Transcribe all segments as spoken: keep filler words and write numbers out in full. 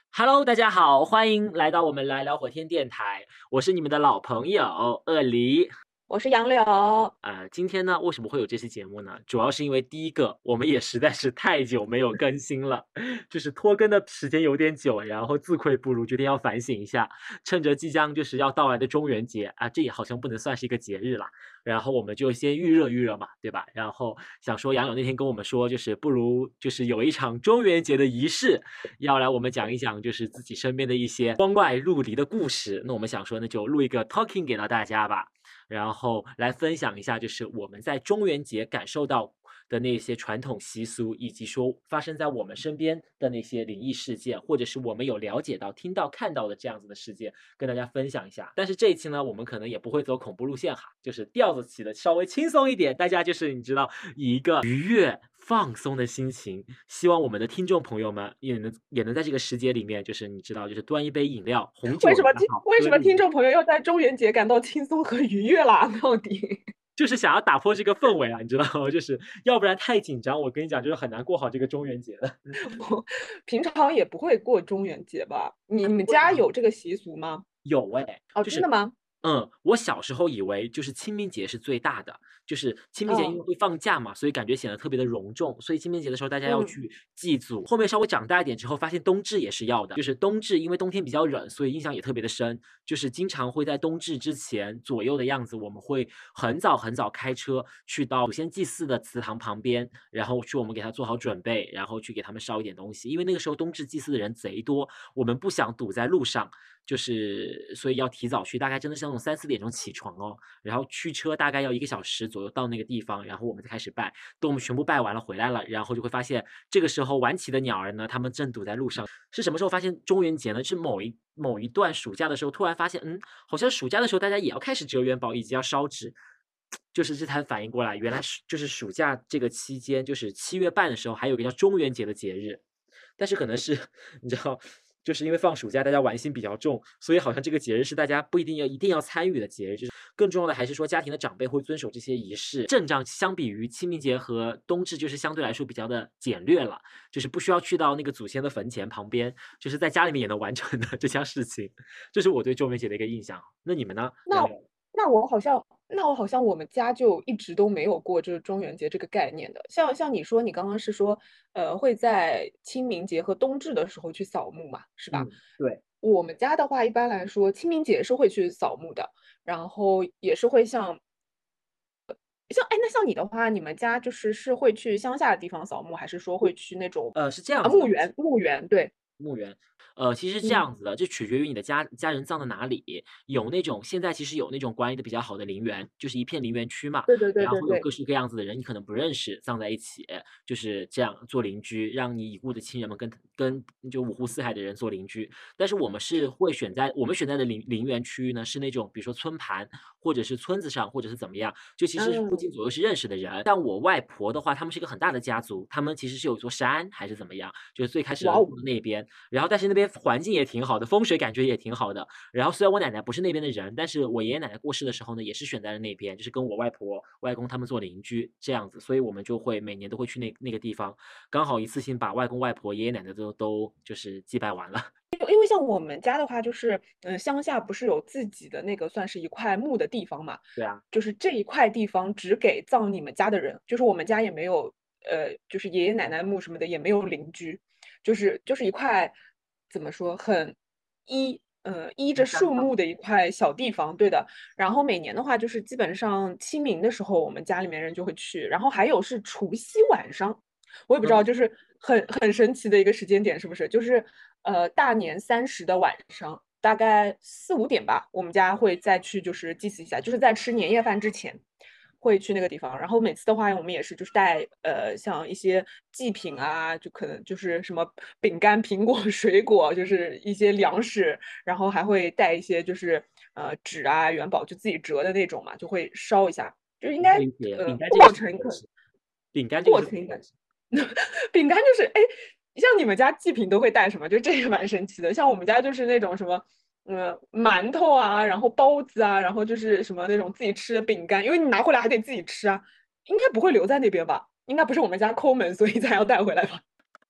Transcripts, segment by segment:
Hello，大家好，欢迎来到我们来聊火天电台，我是你们的老朋友鳄梨。 我是杨柳。 呃，今天呢，为什么会有这期节目呢？主要是因为第一个，我们也实在是太久没有更新了，就是拖更的时间有点久，然后自愧不如，决定要反省一下。趁着即将就是要到来的中元节啊，这也好像不能算是一个节日啦，然后我们就先预热预热嘛，对吧？然后想说杨柳那天跟我们说，就是不如就是有一场中元节的仪式，要来我们讲一讲就是自己身边的一些光怪陆离的故事。那我们想说，那就录一个 talking 给到大家吧。然后来分享一下，就是我们在中元节感受到的那些传统习俗，以及说发生在我们身边的那些灵异事件，或者是我们有了解到、听到、看到的这样子的事件，跟大家分享一下。但是这一期呢，我们可能也不会走恐怖路线哈，就是调子起的稍微轻松一点，大家就是你知道，以一个愉悦放松的心情，希望我们的听众朋友们也能也能在这个时节里面，就是你知道，就是端一杯饮料，红酒也为什么听好， 为什么喝一点。 听众朋友要在中元节感到轻松和愉悦啦？到底？ 就是想要打破这个氛围啊，你知道吗？就是要不然太紧张，我跟你讲，就是很难过好这个中元节的。 我平常也不会过中元节吧？你你们家有这个习俗吗？ 有哎， 哦， 就是真的吗？ 嗯，我小时候以为就是清明节是最大的，就是清明节因为哦， 会放假嘛，所以感觉显得特别的隆重，所以清明节的时候大家要嗯， 去祭祖。后面稍微长大一点之后，发现冬至也是要的，就是冬至因为冬天比较冷，所以印象也特别的深，就是经常会在冬至之前左右的样子，我们会很早很早开车去到祖先祭祀的祠堂旁边，然后去我们给他做好准备，然后去给他们烧一点东西，因为那个时候冬至祭祀的人贼多，我们不想堵在路上。就是所以要提早去，大概真的是那种三四点钟起床哦，然后驱车大概要一个小时左右到那个地方，然后我们再开始拜。等我们全部拜完了回来了，然后就会发现这个时候晚起的鸟儿呢，它们正堵在路上。是什么时候发现中元节呢？是某一某一段暑假的时候，突然发现，嗯，好像暑假的时候大家也要开始折元宝以及要烧纸。就是这才反应过来，原来是就是暑假这个期间，就是七月半的时候，还有一个叫中元节的节日。但是可能是你知道，就是因为放暑假，大家玩心比较重，所以好像这个节日是大家不一定要一定要参与的节日。就是更重要的还是说，家庭的长辈会遵守这些仪式。阵仗相比于清明节和冬至，就是相对来说比较的简略了，就是不需要去到那个祖先的坟前旁边，就是在家里面也能完成的这项事情。这是我对中元节的一个印象。那你们呢？ 那杨柳？ 那我好像那我好像我们家就一直都没有过就是中元节这个概念的。像像你说，你刚刚是说，呃，会在清明节和冬至的时候去扫墓嘛，是吧？ 嗯，对。 我们家的话，一般来说，清明节是会去扫墓的，然后也是会像像哎，那像你的话，你们家就是是会去乡下的地方扫墓，还是说会去那种呃，是这样啊子的， 墓园？墓园，对， 墓园，呃，其实是这嗯， 样子的，这取决于你的家家人葬在哪里。有那种现在其实有那种管理的比较好的陵园，就是一片陵园区嘛， 对对对对对， 然后有各式各样子的人，你可能不认识，葬在一起，就是这样做邻居，让你已故的亲人们跟跟就五湖四海的人做邻居。但是我们是会选在我们选在的陵陵园区域呢，是那种比如说村盘，或者是村子上，或者是怎么样，就其实附嗯， 近左右是认识的人。像我外婆的话，他们是一个很大的家族，他们其实是有一座山还是怎么样，就是最开始的路哇哦， 的那边。然后但是那边环境也挺好的，风水感觉也挺好的。然后虽然我奶奶不是那边的人，但是我爷爷奶奶过世的时候呢，也是选在了那边，就是跟我外婆、外公他们做邻居这样子，所以我们就会每年都会去那那个地方，刚好一次性把外公外婆、爷爷奶奶都都就是祭拜完了。 因为像我们家的话，就是嗯、呃乡下不是有自己的那个算是一块墓的地方嘛， 对啊， 就是这一块地方只给葬你们家的人，就是我们家也没有呃，就是爷爷奶奶墓什么的也没有邻居，就是就是一块怎么说很依呃依着树木的一块小地方，对的。然后每年的话，就是基本上清明的时候，我们家里面人就会去，然后还有是除夕晚上。我也不知道， 嗯， 就是很很神奇的一个时间点，是不是？就是呃，大年三十的晚上，大概四五点吧，我们家会再去就是祭祀一下，就是在吃年夜饭之前会去那个地方。然后每次的话，我们也是就是带呃像一些祭品啊，就可能就是什么饼干、苹果、水果，就是一些粮食，然后还会带一些就是呃纸啊、元宝，就自己折的那种嘛，就会烧一下。就应该能理解， 呃饼干这个过程可是怎么回事？饼干这个是怎过程应该么回事？ 饼干就是，哎，像你们家祭品都会带什么？就这个蛮神奇的。像我们家就是那种什么，呃，馒头啊，然后包子啊，然后就是什么那种自己吃的饼干，因为你拿回来还得自己吃啊，应该不会留在那边吧？应该不是我们家抠门，所以才要带回来吧？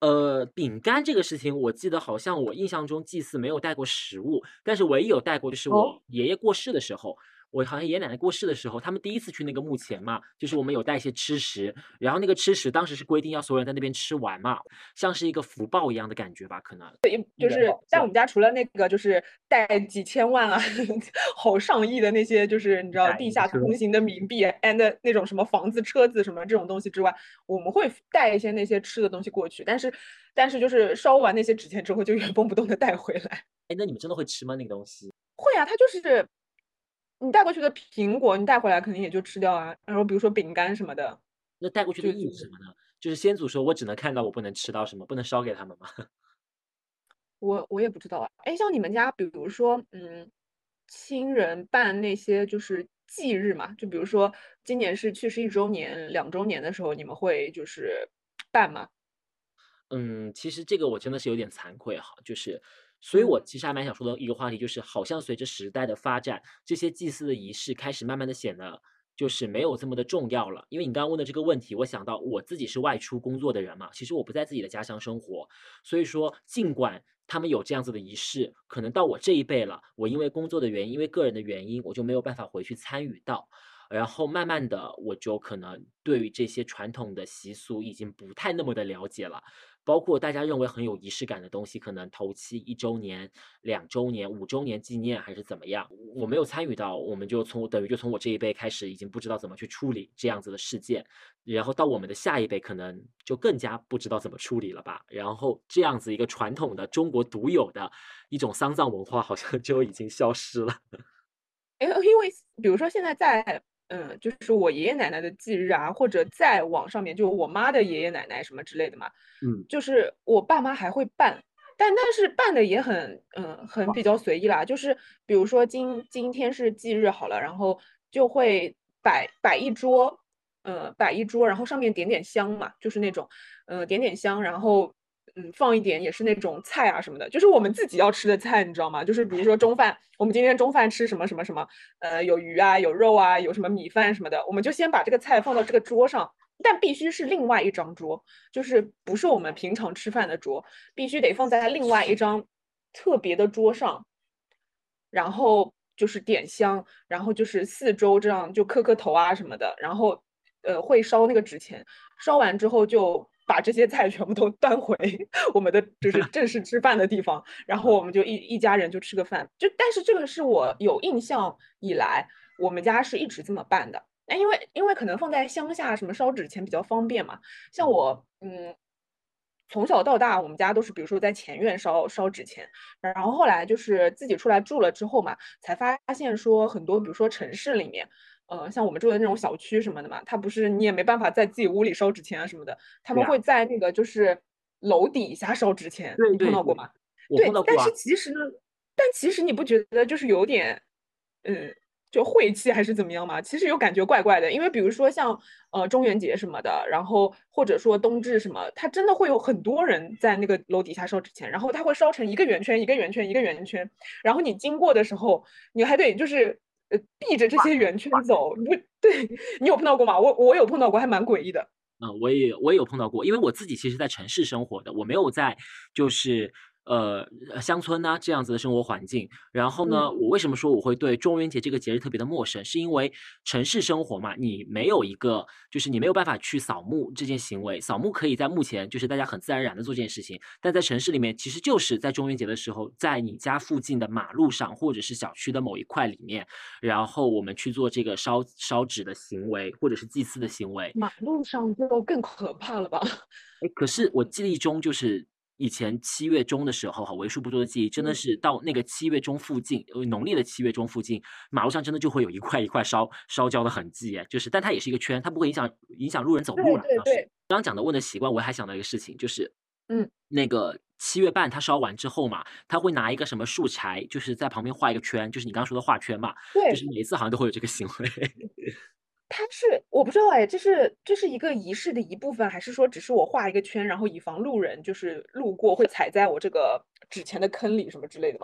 呃，饼干这个事情，我记得好像我印象中祭祀没有带过食物，但是唯一有带过就是哦。 我爷爷过世的时候，我好像爷爷奶奶过世的时候，他们第一次去那个墓前嘛，就是我们有带一些吃食，然后那个吃食当时是规定要所有人在那边吃完嘛，像是一个福报一样的感觉吧，可能。 就是在我们家除了那个就是带几千万啊，好上亿的那些就是你知道带地一车。 下通行的冥币，and 那种什么房子、车子什么这种东西之外，我们会带一些那些吃的东西过去，但是但是就是烧完那些纸钱之后就原封不动的带回来。 哎，那你们真的会吃吗？那个东西？ 会啊，它就是你带过去的苹果，你带回来肯定也就吃掉啊。然后比如说饼干什么的， 那带过去的就就意义是什么呢？就是先祖说我只能看到，我不能吃到什么，不能烧给他们吗？ 我我也不知道啊。哎，像你们家，比如说，嗯，亲人办那些就是忌日嘛，就比如说今年是去世一周年、两周年的时候，你们会就是办吗？ 嗯，其实这个我真的是有点惭愧哈，就是所以嗯。 我其实还蛮想说的一个话题，就是好像随着时代的发展，这些祭祀的仪式开始慢慢的显得就是没有这么的重要了。因为你刚刚问的这个问题，我想到我自己是外出工作的人嘛，其实我不在自己的家乡生活，所以说尽管他们有这样子的仪式，可能到我这一辈了，我因为工作的原因，因为个人的原因，我就没有办法回去参与到。然后慢慢的，我就可能对于这些传统的习俗已经不太那么的了解了。包括大家认为很有仪式感的东西，可能头七一周年、两周年、五周年纪念还是怎么样，我没有参与到，我们就从等于就从我这一辈开始，已经不知道怎么去处理这样子的事件，然后到我们的下一辈，可能就更加不知道怎么处理了吧。然后这样子一个传统的中国独有的一种丧葬文化，好像就已经消失了。 哎，因为比如说现在在，嗯，就是我爷爷奶奶的忌日啊，或者在网上面，就我妈的爷爷奶奶什么之类的嘛， 嗯， 就是我爸妈还会办，但但是办的也很，嗯，很比较随意啦。就是比如说今今天是忌日好了，然后就会摆摆一桌，呃，摆一桌，然后上面点点香嘛，就是那种，呃，点点香，然后嗯，放一点也是那种菜啊什么的，就是我们自己要吃的菜，你知道吗？就是比如说中饭，我们今天中饭吃什么什么什么，呃，有鱼啊，有肉啊，有什么米饭什么的，我们就先把这个菜放到这个桌上，但必须是另外一张桌，就是不是我们平常吃饭的桌，必须得放在另外一张特别的桌上，然后就是点香，然后就是四周这样就磕磕头啊什么的，然后呃会烧那个纸钱，烧完之后就把这些菜全部都端回我们的就是正式吃饭的地方，然后我们就一一家人就吃个饭。就但是这个是我有印象以来，我们家是一直这么办的。哎，因为因为可能放在乡下，什么烧纸钱比较方便嘛。像嗯， 我，嗯，从小到大，我们家都是比如说在前院烧烧纸钱，然后后来就是自己出来住了之后嘛，才发现说很多，比如说城市里面，呃，像我们住的那种小区什么的嘛，它不是你也没办法在自己屋里烧纸钱啊什么的，他对啊， 们会在那个就是楼底下烧纸钱，你碰对对对， 到过吗？对，但我碰到过啊。 是其实呢，但其实你不觉得就是有点，嗯，就晦气还是怎么样嘛？其实有感觉怪怪的，因为比如说像呃中元节什么的，然后或者说冬至什么，它真的会有很多人在那个楼底下烧纸钱，然后它会烧成一个圆圈一个圆圈一个圆圈，然后你经过的时候，你还得就是呃避着这些圆圈走，你不对，你有碰到过吗？我我有碰到过，还蛮诡异的。 嗯，我也我也有碰到过，因为我自己其实在城市生活的，我没有在就是呃乡村呐、这样子的生活环境。然后嗯。 呢，我为什么说我会对中元节这个节日特别的陌生，是因为城市生活嘛，你没有一个就是你没有办法去扫墓这件行为，扫墓可以在目前就是大家很自然而然的做这件事情，但在城市里面，其实就是在中元节的时候，在你家附近的马路上或者是小区的某一块里面，然后我们去做这个烧烧纸的行为，或者是祭祀的行为。 马路上就更可怕了吧？ 哎，可是我记忆中就是以前七月中的时候哈，为数不多的记忆，真的嗯， 是到那个七月中附近，呃，农历的七月中附近，马路上真的就会有一块一块烧烧焦的痕迹哎，就是但它也是一个圈，它不会影响影响路人走路对了，倒是。 对对。 刚刚讲的问的习惯，我还想到一个事情，就是嗯。 那个七月半它烧完之后嘛，他会拿一个什么树柴，就是在旁边画一个圈，就是你刚刚说的画圈嘛，就对， 是每一次好像都会有这个行为。 它是我不知道哎，这是这是一个仪式的一部分，还是说只是我画一个圈，然后以防路人就是路过会踩在我这个纸钱的坑里什么之类的吗？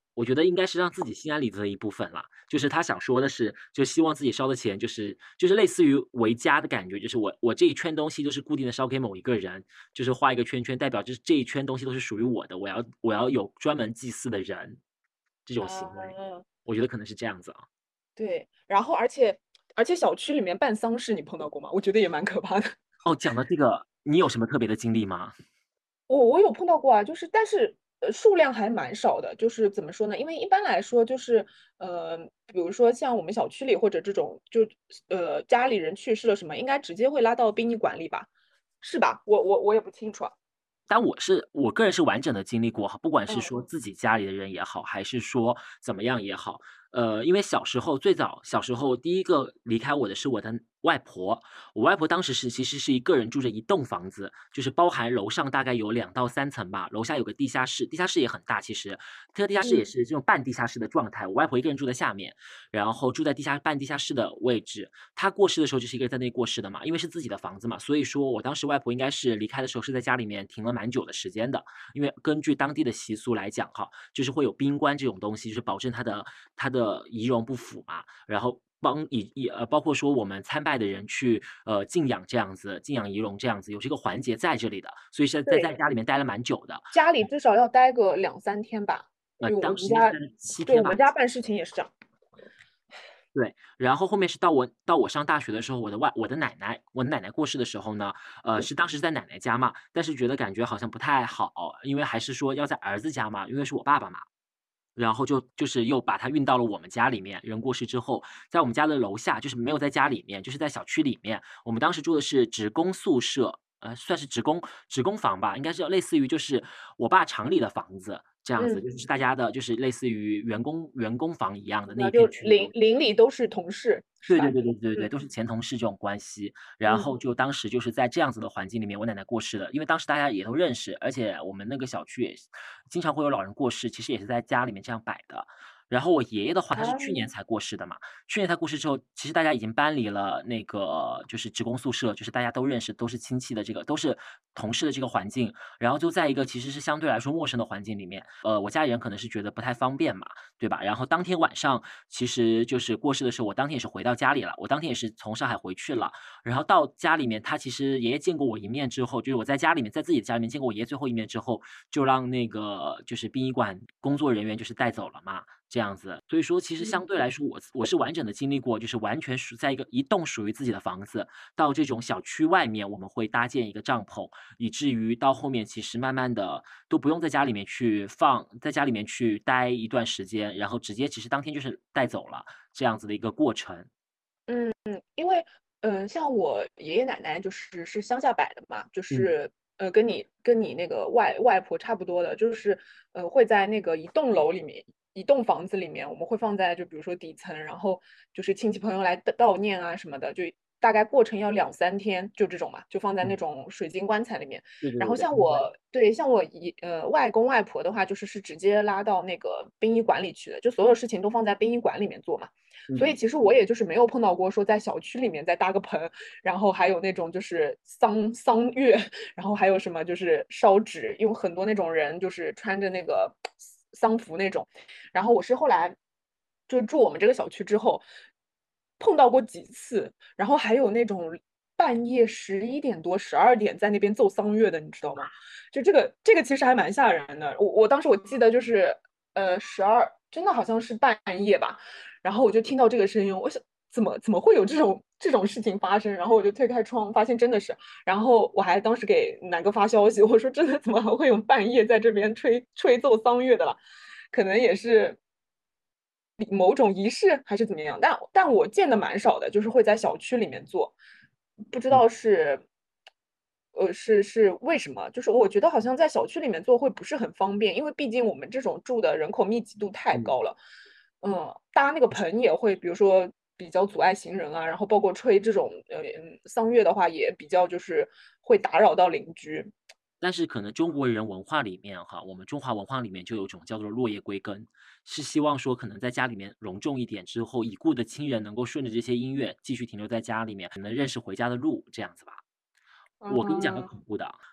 我觉得应该是让自己心安理得的一部分啦。就是他想说的是，就希望自己烧的钱就是就是类似于为家的感觉，就是我我这一圈东西都是固定的烧给某一个人，就是画一个圈圈，代表就是这一圈东西都是属于我的，我要我要有专门祭祀的人，这种行为， 啊， 我觉得可能是这样子啊。 对，然后而且而且小区里面办丧事你碰到过吗？我觉得也蛮可怕的。 哦，讲到这个，你有什么特别的经历吗？ 我我有碰到过啊，就是但是呃数量还蛮少的，就是怎么说呢？因为一般来说就是呃，比如说像我们小区里或者这种就呃家里人去世了什么，应该直接会拉到殡仪馆里吧？是吧？我我我也不清楚啊。 但我是我个人是完整的经历过哈，不管是嗯说自己家里的人也好，还是说怎么样也好。呃，因为小时候最早小时候第一个离开我的是我的外婆，我外婆当时是其实是一个人住着一栋房子，就是包含楼上大概有两到三层吧，楼下有个地下室，地下室也很大其实，这个地下室也嗯是这种半地下室的状态，我外婆一个人住在下面，然后住在地下半地下室的位置。她过世的时候就是一个人在那里过世的嘛，因为是自己的房子嘛，所以说我当时外婆应该是离开的时候是在家里面停了蛮久的时间的。因为根据当地的习俗来讲哈，就是会有冰棺这种东西，就是保证她的她的仪容不符嘛，然后帮以以呃，包括说我们参拜的人去呃敬仰这样子，敬仰仪容这样子，有这个环节在这里的，所以是在在对， 家里面待了蛮久的。 家里至少要待个两三天吧。 呃， 因为我当们家时应该是待了七对，我天吧。 们家办事情也是这样。 对，然后后面是到我到我上大学的时候，我的外我的奶奶我的奶奶过世的时候呢，呃，是当时在奶奶家嘛，但是觉得感觉好像不太好，因为还是说要在儿子家嘛，因为是我爸爸嘛。然后就就是又把他运到了我们家里面，人过世之后，在我们家的楼下，就是没有在家里面，就是在小区里面。我们当时住的是职工宿舍，呃，算是职工职工房吧，应该是类似于就是我爸厂里的房子，这样子， 嗯， 就是大家的就是类似于员工员工房一样的那那就一片区域都邻邻里都是同事是吧？ 对对对对对对， 嗯都是前同事这种关系。然嗯后就当时就是在这样子的环境里面，我奶奶过世了，因为当时大家也都认识，而且我们那个小区也是经常会有老人过世，其实也是在家里面这样摆的。然后我爷爷的话，他是去年啊。 才过世的嘛，去年他过世之后，其实大家已经搬离了那个就是职工宿舍，就是大家都认识，都是亲戚的这个都是同事的这个环境，然后就在一个其实是相对来说陌生的环境里面。呃，我家里人可能是觉得不太方便嘛，对吧？然后当天晚上其实就是过世的时候，我当天也是回到家里了，我当天也是从上海回去了。然后到家里面，他其实爷爷见过我一面之后，就是我在家里面，在自己的家里面见过我爷爷最后一面之后，就让那个就是殡仪馆工作人员就是带走了嘛，这样子。所以说其实相对来说，我我是完整的经历过，就是完全属在一个一栋属于自己的房子，到这种小区外面，我们会搭建一个帐篷，以至于到后面其实慢慢的都不用在家里面去放在家里面去待一段时间，然后直接其实当天就是带走了，这样子的一个过程。 嗯嗯，因为嗯、呃像我爷爷奶奶就是是乡下摆的嘛，就嗯， 是呃跟你跟你那个外外婆差不多的，就是呃会在那个一栋楼里面。一栋房子里面，我们会放在就比如说底层，然后就是亲戚朋友来悼悼念啊什么的，就大概过程要两三天，就这种嘛，就放在那嗯， 种水晶棺材里面。然后对对对对，参观。 像我对像我姨呃外公外婆的话，就是是直接拉到那个殡仪馆里去的，就所有事情都放在殡仪馆里面做嘛。所以嗯。 其实我也就是没有碰到过说在小区里面再搭个棚，然后还有那种就是丧丧乐，然后还有什么就是烧纸，因为很多那种人就是穿着那个丧服那种。然后我是后来就住我们这个小区之后碰到过几次，然后还有那种半夜十一点多、十二点在那边奏丧乐的，你知道吗？就这个这个其实还蛮吓人的。我我当时我记得就是呃十二，真的好像是半夜吧。然后我就听到这个声音，我想怎么怎么会有这种这种事情发生？然后我就推开窗，发现真的是，然后我还当时给南哥发消息，我说真的怎么还会有半夜在这边吹吹奏丧乐的了？可能也是某种仪式还是怎么样，但但我见的蛮少的，就是会在小区里面做，不知嗯道是。呃，是是为什么？就是我觉得好像在小区里面做会不是很方便，因为毕竟我们这种住的人口密集度太嗯。 高了。嗯，搭那个棚也会，比如说比较阻碍行人啊，然后包括吹这种呃嗯丧乐的话，也比较就是会打扰到邻居。 但是可能中国人文化里面哈，我们中华文化里面就有一种叫做落叶归根，是希望说可能在家里面隆重一点之后，已故的亲人能够顺着这些音乐继续停留在家里面，可能认识回家的路这样子吧。我跟你讲个嗯恐怖的啊，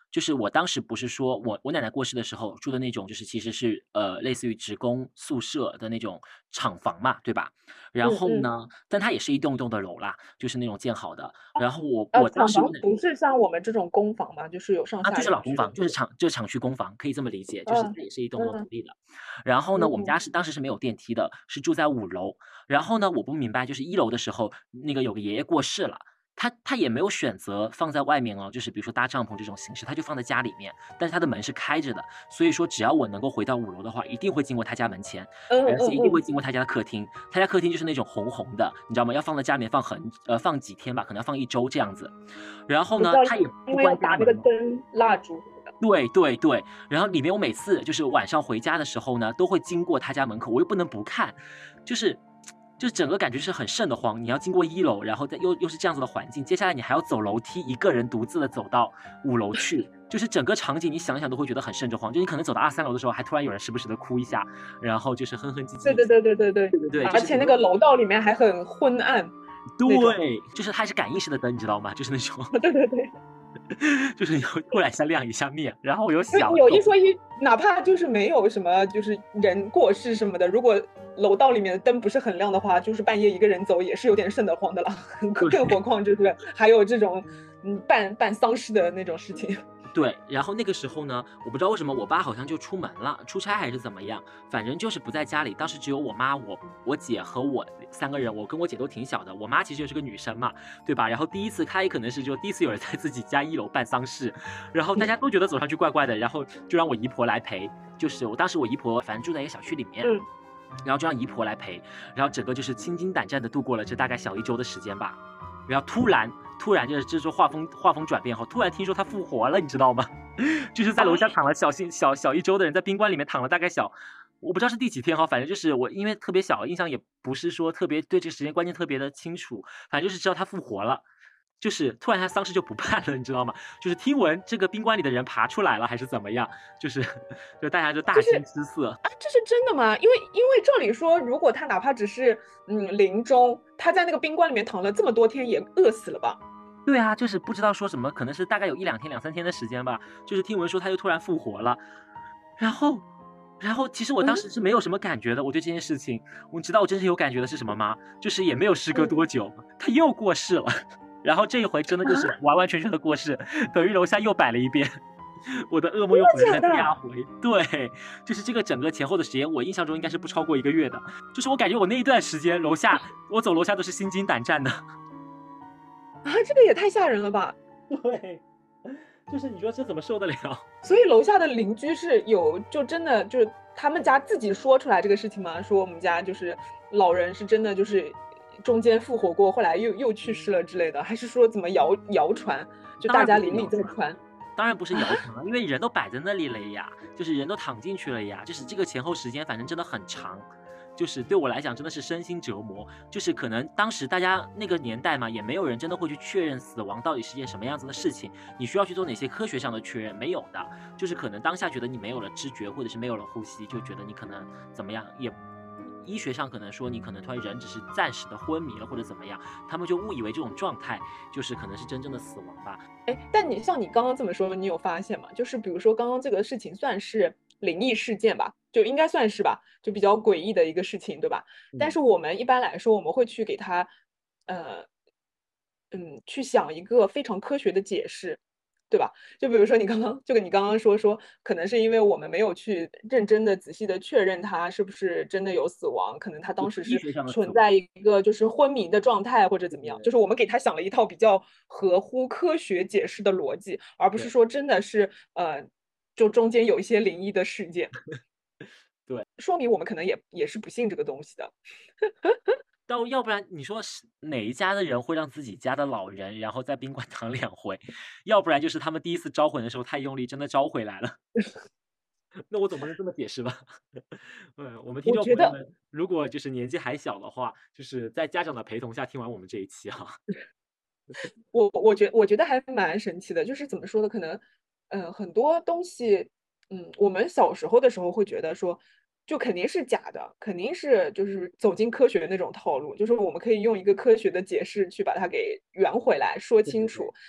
就是我当时不是说我我奶奶过世的时候住的那种，就是其实是呃类似于职工宿舍的那种厂房嘛，对吧？然嗯嗯。 后呢，但它也是一栋一栋的楼啦，就是那种建好的。然后我呃， 我当厂房时我奶不是像我们这种公房吗？就是有上啊， 下两就是老公房，就是居的这种。 厂就是厂区公房，可以这么理解，就是嗯它也是一栋栋独嗯立的。然后呢，我们嗯家是当时是没有电梯的，是住在五楼。然后呢，我不明白，就是一楼的时候，那个有个爷爷过世了，他他也没有选择放在外面哦，就是比如说搭帐篷这种形式，他就放在家里面，但是他的门是开着的，所以说只要我能够回到五楼的话，一定会经过他家门前， 嗯而且一定会嗯嗯。 经过他家的客厅。他家客厅就是那种红红的，你知道吗？要放在家里面放很呃放几天吧，可能要放一周这样子。然后呢， 我知道， 他也不因为要打那个关家门哦。 灯、蜡烛什么的。 对对对，然后里面我每次就是晚上回家的时候呢，都会经过他家门口，我又不能不看，就是就是整个感觉是很瘆得慌。你要经过一楼，然后再又又是这样子的环境，接下来你还要走楼梯，一个人独自的走到五楼去，就是整个场景你想想都会觉得很瘆得慌。就你可能走到二三楼的时候，还突然有人时不时的哭一下，然后就是哼哼唧唧一下。 对对对对对对。 对对对，就而是整个且那个楼道里面还很昏暗那种。 对，就是它还是感应式的灯，你知道吗？就是那种对对对。 就是你会突然一下亮一下灭，然后有因为小狗。 有一说一，哪怕就是没有什么就是人过世什么的，如果楼道里面的灯不是很亮的话，就是半夜一个人走也是有点瘆得慌的了。 对。 更何况就是还有这种嗯办办丧事的那种事情。 对，然后那个时候呢，我不知道为什么我爸好像就出门了，出差还是怎么样，反正就是不在家里。当时只有我妈、我我姐和我三个人，我跟我姐都挺小的，我妈其实就是个女生嘛，对吧？然后第一次，她也可能是就第一次有人在自己家一楼办丧事，然后大家都觉得走上去怪怪的，然后就让我姨婆来陪，就是我当时我姨婆反正住在一个小区里面。 嗯。 然后就让姨婆来陪，然后整个就是心惊胆战的度过了这大概小一周的时间吧。然后突然突然就是这时候画风画风转变后，突然听说他复活了，你知道吗？就是在楼下躺了小心小小一周的人，在宾馆里面躺了大概小，我不知道是第几天哈，反正就是我因为特别小，印象也不是说特别对这个时间观念特别的清楚，反正就是知道他复活了。就是突然他丧事就不办了，你知道吗？就是听闻这个宾馆里的人爬出来了，还是怎么样？就是就大家就大就是惊失色。 啊，这是真的吗？因为因为照理说，如果他哪怕只是嗯临终，他在那个宾馆里面躺了这么多天，也饿死了吧？ 对啊，就是不知道说什么，可能是大概有一两天、两三天的时间吧。就是听闻说他又突然复活了，然后，然后其实我当嗯时是没有什么感觉的。我对这件事情，你知道我真正有感觉的是什么吗？就是也没有时隔嗯多久，他又过世了。然后这一回真的就是啊， 完完全全的过世，等于楼下又摆了一遍。我的噩梦又回来了第真的假的？ 二回。对，就是这个整个前后的时间，我印象中应该是不超过一个月的。就是我感觉我那一段时间，楼下我走楼下都是心惊胆战的。 啊，这个也太吓人了吧！ 对，就是你说这怎么受得了？ 所以楼下的邻居是有就真的就是他们家自己说出来这个事情吗？说我们家就是老人是真的就是中间复活过，后来又又去世了之类的，还是说怎么谣谣传？就大当然不是家邻里谣传， 在传。 当然不是谣啊， 传了，因为人都摆在那里了呀，就是人都躺进去了呀，就是这个前后时间反正真的很长。就是对我来讲真的是身心折磨，就是可能当时大家那个年代嘛，也没有人真的会去确认死亡到底是件什么样子的事情，你需要去做哪些科学上的确认，没有的，就是可能当下觉得你没有了知觉，或者是没有了呼吸，就觉得你可能怎么样，也医学上可能说你可能突然人只是暂时的昏迷了或者怎么样，他们就误以为这种状态就是可能是真正的死亡吧。 哎，但你像你刚刚这么说，你有发现吗？就是比如说刚刚这个事情算是灵异事件吧，就应该算是吧，就比较诡异的一个事情，对吧？但嗯， 是我们一般来说，我们会去给他，呃，嗯，去想一个非常科学的解释，对吧？就比如说你刚刚，就跟你刚刚说说，可能是因为我们没有去认真的、仔细的确认他是不是真的有死亡，可能他当时是就医学上的死亡。 存在一个就是昏迷的状态或者怎么样， 对就是我们给他想了一套比较合乎科学解释的逻辑，而不是对说真的是呃，就中间有一些灵异的事件， 对。 说明我们可能也也是不信这个东西的。 到要不然你说是哪一家的人会让自己家的老人，然后在宾馆躺两回？要不然就是他们第一次招魂的时候太用力，真的招回来了。那我总不能这么解释吧？嗯，我们听我觉得众朋友们，如果就是年纪还小的话，就是在家长的陪同下听完我们这一期哈。 我我觉我觉得还蛮神奇的，就是怎么说呢？可能，嗯，很多东西，嗯，我们小时候的时候会觉得说，就肯定是假的，肯定是就是走进科学的那种套路，就是我们可以用一个科学的解释去把它给圆回来，说清楚。 对对对。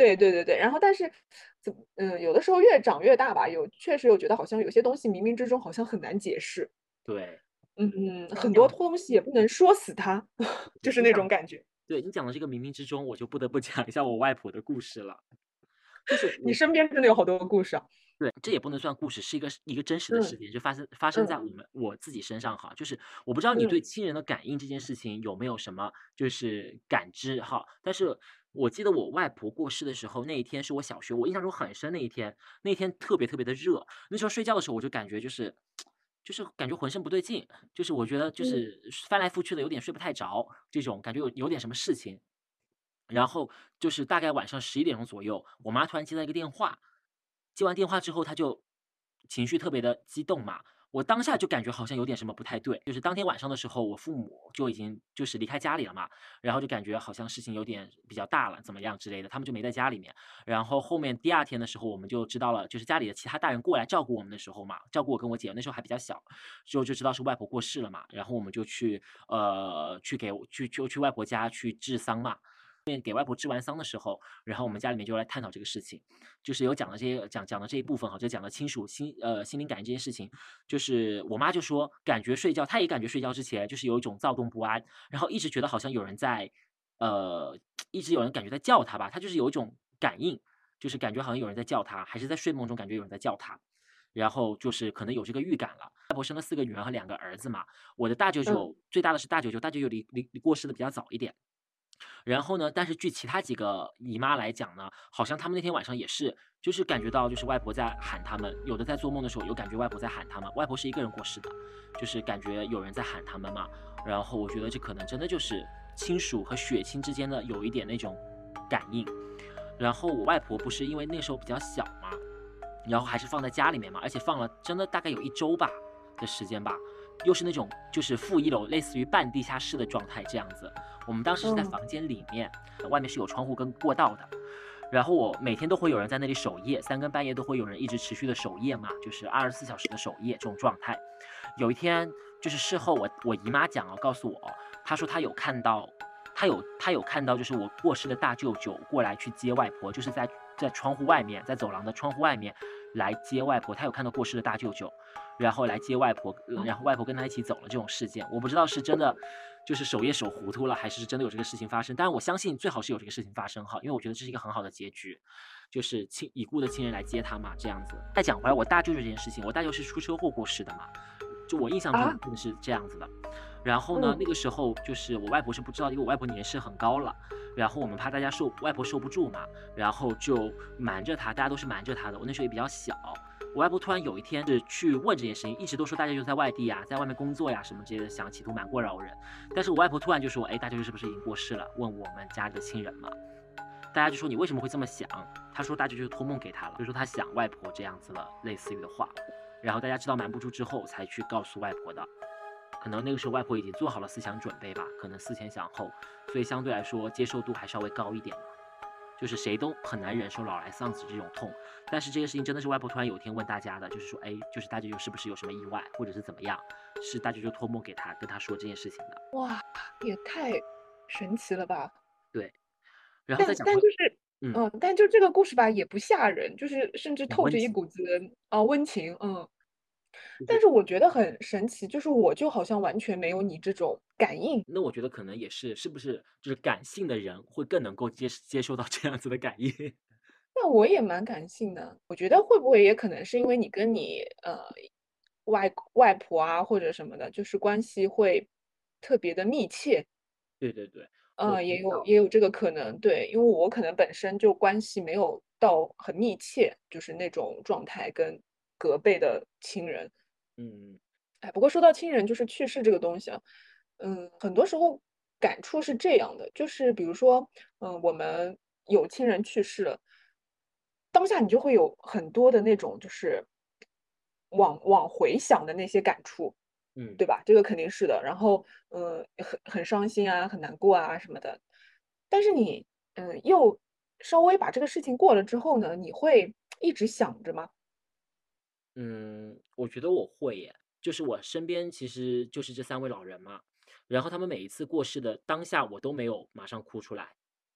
对对对对，然后但是怎么嗯，有的时候越长越大吧，有确实有觉得好像有些东西冥冥之中好像很难解释。 对， 嗯， 你讲的很多东西也不能说死它，就是对你讲那种感觉。 对你讲的这个冥冥之中，我就不得不讲一下我外婆的故事了。就是我你身边真的有好多故事啊。 对，这也不能算故事，是一个一个真实的事嗯件，就发生发生在嗯我们我自己身上哈。就是我不知道你对嗯亲人的感应这件事情有没有什么就是感知哈，但是我记得我外婆过世的时候，那一天是我小学，我印象中很深那一天，那一天特别特别的热，那时候睡觉的时候我就感觉就是就是感觉浑身不对劲，就是我觉得就嗯是翻来覆去的有点睡不太着，这种感觉有有点什么事情。然后就是大概晚上十一点钟左右，我妈突然接到一个电话，接完电话之后，她就情绪特别的激动嘛，我当下就感觉好像有点什么不太对。就是当天晚上的时候，我父母就已经就是离开家里了嘛，然后就感觉好像事情有点比较大了，怎么样之类的，他们就没在家里面。然后后面第二天的时候，我们就知道了，就是家里的其他大人过来照顾我们的时候嘛，照顾我跟我姐，那时候还比较小，之后就知道是外婆过世了嘛，然后我们就去呃，去给去就去外婆家去治丧嘛。面给外婆治完丧的时候，然后我们家里面就来探讨这个事情，就是有讲了这些讲讲了这一部分哈，就讲了亲属心呃心灵感应这件事情。就是我妈就说，感觉睡觉，她也感觉睡觉之前就是有一种躁动不安，然后一直觉得好像有人在呃一直有人感觉在叫她吧，她就是有一种感应，就是感觉好像有人在叫她，还是在睡梦中感觉有人在叫她。然后就是可能有这个预感了。外婆生了四个女儿和两个儿子嘛，我的大舅嗯舅最大的是大舅舅，大舅舅离离离过世的比较早一点。然后呢，但是据其他几个姨妈来讲呢，好像他们那天晚上也是，就是感觉到就是外婆在喊他们，有的在做梦的时候有感觉外婆在喊他们，外婆是一个人过世的，就是感觉有人在喊他们嘛。然后我觉得这可能真的就是亲属和血亲之间的有一点那种感应。然后我外婆不是因为那时候比较小嘛，然后还是放在家里面嘛，而且放了真的大概有一周吧的时间吧，又是那种就是负一楼，类似于半地下室的状态这样子。我们当时是在嗯房间里面，外面是有窗户跟过道的。然后我每天都会有人在那里守夜，三更半夜都会有人一直持续的守夜嘛，就是二十四小时的守夜这种状态。有一天就是事后我我姨妈讲啊，告诉我，她说她有看到，她有她有看到，就是我过世的大舅舅过来去接外婆，就是在在窗户外面，在走廊的窗户外面来接外婆，她有看到过世的大舅舅，然后来接外婆，呃然后外婆跟他一起走了这种事件，我不知道是真的就是守夜守糊涂了，还是真的有这个事情发生。但是我相信最好是有这个事情发生哈，因为我觉得这是一个很好的结局，就是亲已故的亲人来接他嘛，这样子。再讲回来，我大舅舅这件事情，我大舅是出车祸过世的嘛，就我印象中啊真的是这样子的。然后呢， 嗯那个时候就是我外婆是不知道，因为我外婆年事很高了，然后我们怕大家受外婆受不住嘛，然后就瞒着她，大家都是瞒着她的。我那时候也比较小，我外婆突然有一天是去问这件事情，一直都说大舅舅在外地呀，在外面工作呀什么之类的，想企图瞒过扰人。但是我外婆突然就说，哎，大舅舅是不是已经过世了？问我们家里的亲人嘛。大家就说你为什么会这么想？他说大舅舅托梦给他了，就说他想外婆这样子的类似于的话。然后大家知道瞒不住之后，才去告诉外婆的。可能那个时候外婆已经做好了思想准备吧，可能思前想后，所以相对来说接受度还稍微高一点嘛。就是谁都很难忍受老来丧子这种痛，但是这个事情真的是外婆突然有一天问大家的，就是说，哎，就是大舅舅是不是有什么意外，或者是怎么样？是大舅舅托梦给他，跟他说这件事情的。 哇，也太神奇了吧！ 对，然后再但讲回， 但就是， 嗯， 嗯，但就这个故事吧，也不吓人，就是甚至透着一很温情， 股子啊温情，嗯。 就是但是我觉得很神奇，就是我就好像完全没有你这种感应。 那我觉得可能也是，是不是就是感性的人会更能够接接受到这样子的感应？ 那我也蛮感性的，我觉得会不会也可能是因为你跟你呃外外婆啊或者什么的，就是关系会特别的密切。 对对对，我呃，也有从小， 也有这个可能，对，因为我可能本身就关系没有到很密切，就是那种状态跟隔辈的亲人。 嗯哎，不过说到亲人，就是去世这个东西啊，嗯，很多时候感触是这样的，就是比如说，嗯，我们有亲人去世了，当下你就会有很多的那种就是往往回想的那些感触， 嗯。 对吧？这个肯定是的。然后，嗯，很很伤心啊，很难过啊什么的。但是你，嗯，又稍微把这个事情过了之后呢，你会一直想着吗？ 嗯，我觉得我会耶，就是我身边其实就是这三位老人嘛，然后他们每一次过世的当下，我都没有马上哭出来，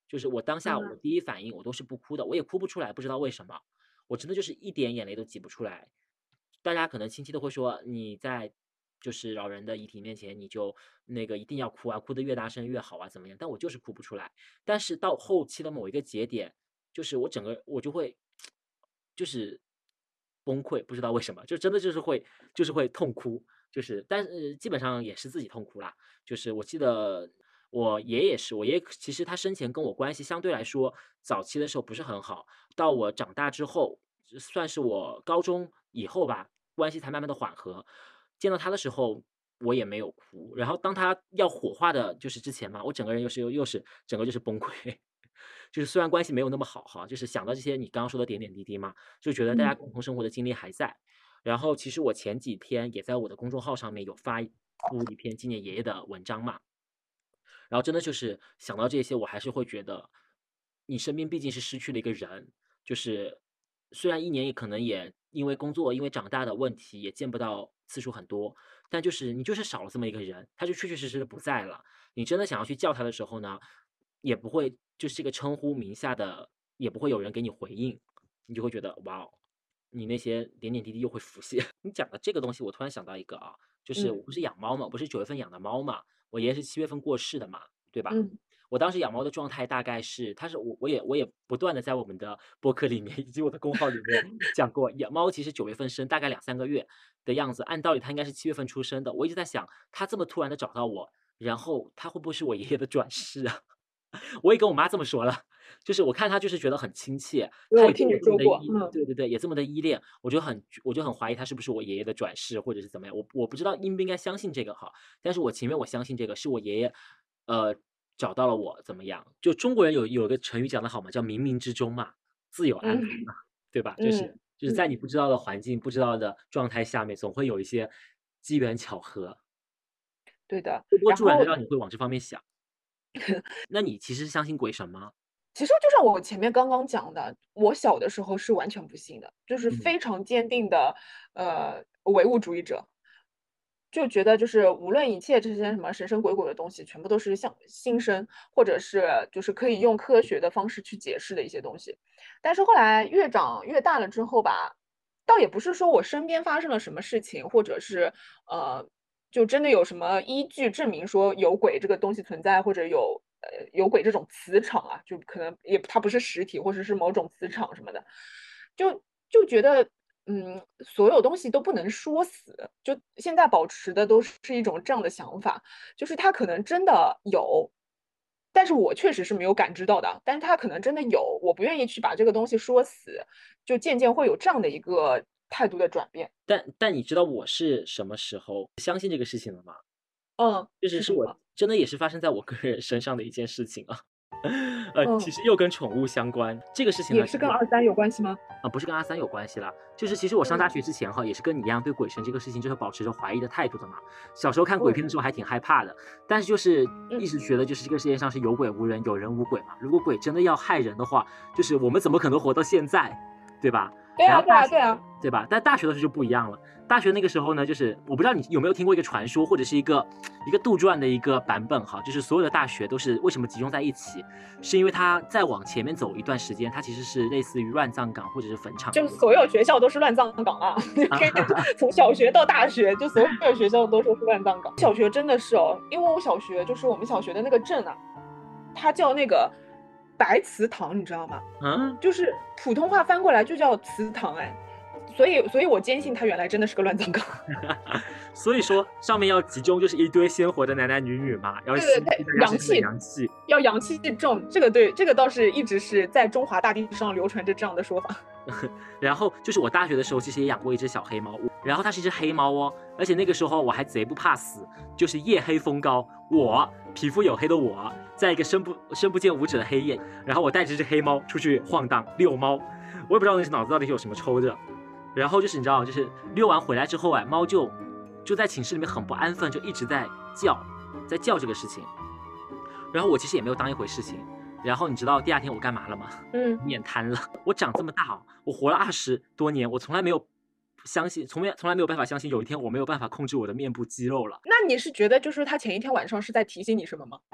就是我当下我嗯第一反应我都是不哭的，我也哭不出来，不知道为什么，我真的就是一点眼泪都挤不出来。大家可能亲戚都会说你在就是老人的遗体面前，你就那个一定要哭啊，哭得越大声越好啊，怎么样？但我就是哭不出来。但是到后期的某一个节点，就是我整个我就会就是崩溃，不知道为什么，就真的就是会就是会痛哭，就是但是基本上也是自己痛哭啦。就是我记得我爷爷是我爷爷其实他生前跟我关系相对来说早期的时候不是很好，到我长大之后，算是我高中以后吧，关系才慢慢的缓和。见到他的时候，我也没有哭，然后当他要火化的就是之前嘛，我整个人又是又又是整个就是崩溃。就是虽然关系没有那么好哈，就是想到这些你刚刚说的点点滴滴嘛，就觉得大嗯家共同生活的经历还在。然后其实我前几天也在我的公众号上面有发布一篇纪念爷爷的文章嘛，然后真的就是想到这些，我还是会觉得，你身边毕竟是失去了一个人，就是虽然一年也可能也因为工作，因为长大的问题也见不到次数很多，但就是你就是少了这么一个人，他就确确实实的不在了。你真的想要去叫他的时候呢，也不会就是这个称呼名下的，也不会有人给你回应，你就会觉得哇哦，你那些点点滴滴又会浮现。你讲的这个东西，我突然想到一个啊，就是我嗯不是养猫嘛，我不是九月份养的猫嘛，我爷爷是七月份过世的嘛，对吧？ 嗯我当时养猫的状态大概是，它是我我也我也不断的在我们的播客里面以及我的公号里面讲过，养猫其实九月份生，大概两三个月的样子，按道理它应该是七月份出生的。我一直在想，它这么突然的找到我，然后它会不会是我爷爷的转世啊？我也跟我妈这么说了，就是我看它就是觉得很亲切， 因为我听它也对我这么你说过， 的依嗯对对对，也这么的依恋，我就很我就很怀疑它是不是我爷爷的转世，或者是怎么样，我我不知道应不应该相信这个哈。但是我情愿我相信这个是我爷爷，呃，找到了我怎么样？就中国人有有个成语讲得好嘛，叫冥冥之中嘛，自有安排嗯嘛，对吧？就是嗯就是在嗯， 你不知道的环境、不知道的状态下面，总会有一些机缘巧合， 对的。 会不会助燃的然后让你会往这方面想。那你其实是相信鬼神吗？ 其实就像我前面刚刚讲的，我小的时候是完全不信的，就是嗯非常坚定的呃唯物主义者，就觉得就是无论一切这些什么神神鬼鬼的东西，全部都是像心生，或者是就是可以用科学的方式去解释的一些东西。但是后来越长越大了之后吧，倒也不是说我身边发生了什么事情，或者是呃，就真的有什么依据证明说有鬼这个东西存在，或者有呃有鬼这种磁场啊，就可能也它不是实体，或者是某种磁场什么的，就就觉得。嗯，所有东西都不能说死，就现在保持的都是一种这样的想法，就是它可能真的有，但是我确实是没有感知到的，但是它可能真的有，我不愿意去把这个东西说死，就渐渐会有这样的一个态度的转变。 但但你知道我是什么时候相信这个事情的吗？ 嗯， 就是是我是什么？ 真的也是发生在我个人身上的一件事情啊。呃，其嗯， 实又跟宠物相关。这个事情呢， 也是跟二三有关系吗？ 啊，不是跟阿三有关系啦，就是其实我上大嗯学之前哈，也是跟你一样对鬼神这个事情就是保持着怀疑的态度的嘛。小时候看鬼嗯片的时候还挺害怕的，但是就是嗯， 一直觉得就是这个世界上是有鬼无人，有人无鬼嘛。如果鬼真的要害人的话，就是我们怎么可能活到现在，对吧？ 对啊然后大学， 对啊对啊， 对吧？但大学的时候就不一样了。大学那个时候呢，就是我不知道你有没有听过一个传说，或者是一个一个杜撰的一个版本哈，就是所有的大学都是为什么集中在一起，是因为它再往前面走一段时间，它其实是类似于乱葬岗或者是坟场的就所有学校都是乱葬岗啊！你可以从小学到大学，就所有学校都说是乱葬岗。小学真的是哦，因为我小学就是我们小学的那个镇啊，它叫那个白祠堂，你知道吗？ 嗯， 就是普通话翻过来就叫祠堂哎，所以所以我坚信它原来真的是个乱葬岗。 所以说上面要集中就是一堆鲜活的男男女女嘛，要吸对对对， 大家身上的阳气阳气。 要阳气重，这个对，这个倒是一直是在中华大地上流传着这样的说法。 然后就是我大学的时候，其实也养过一只小黑猫，然后它是一只黑猫哦，而且那个时候我还贼不怕死，就是夜黑风高，我皮肤黝黑的我，在一个深不深不见五指的黑夜，然后我带着这只黑猫出去晃荡遛猫，我也不知道那是脑子到底有什么抽着，然后就是你知道，就是遛完回来之后啊，猫就就在寝室里面很不安分，就一直在叫，在叫这个事情，然后我其实也没有当一回事情。然后你知道第二天我干嘛了吗？ 嗯， 面瘫了。我长这么大哦，我活了二十多年，我从来没有相信，从没从来没有办法相信有一天我没有办法控制我的面部肌肉了。 那你是觉得就是他前一天晚上是在提醒你什么吗？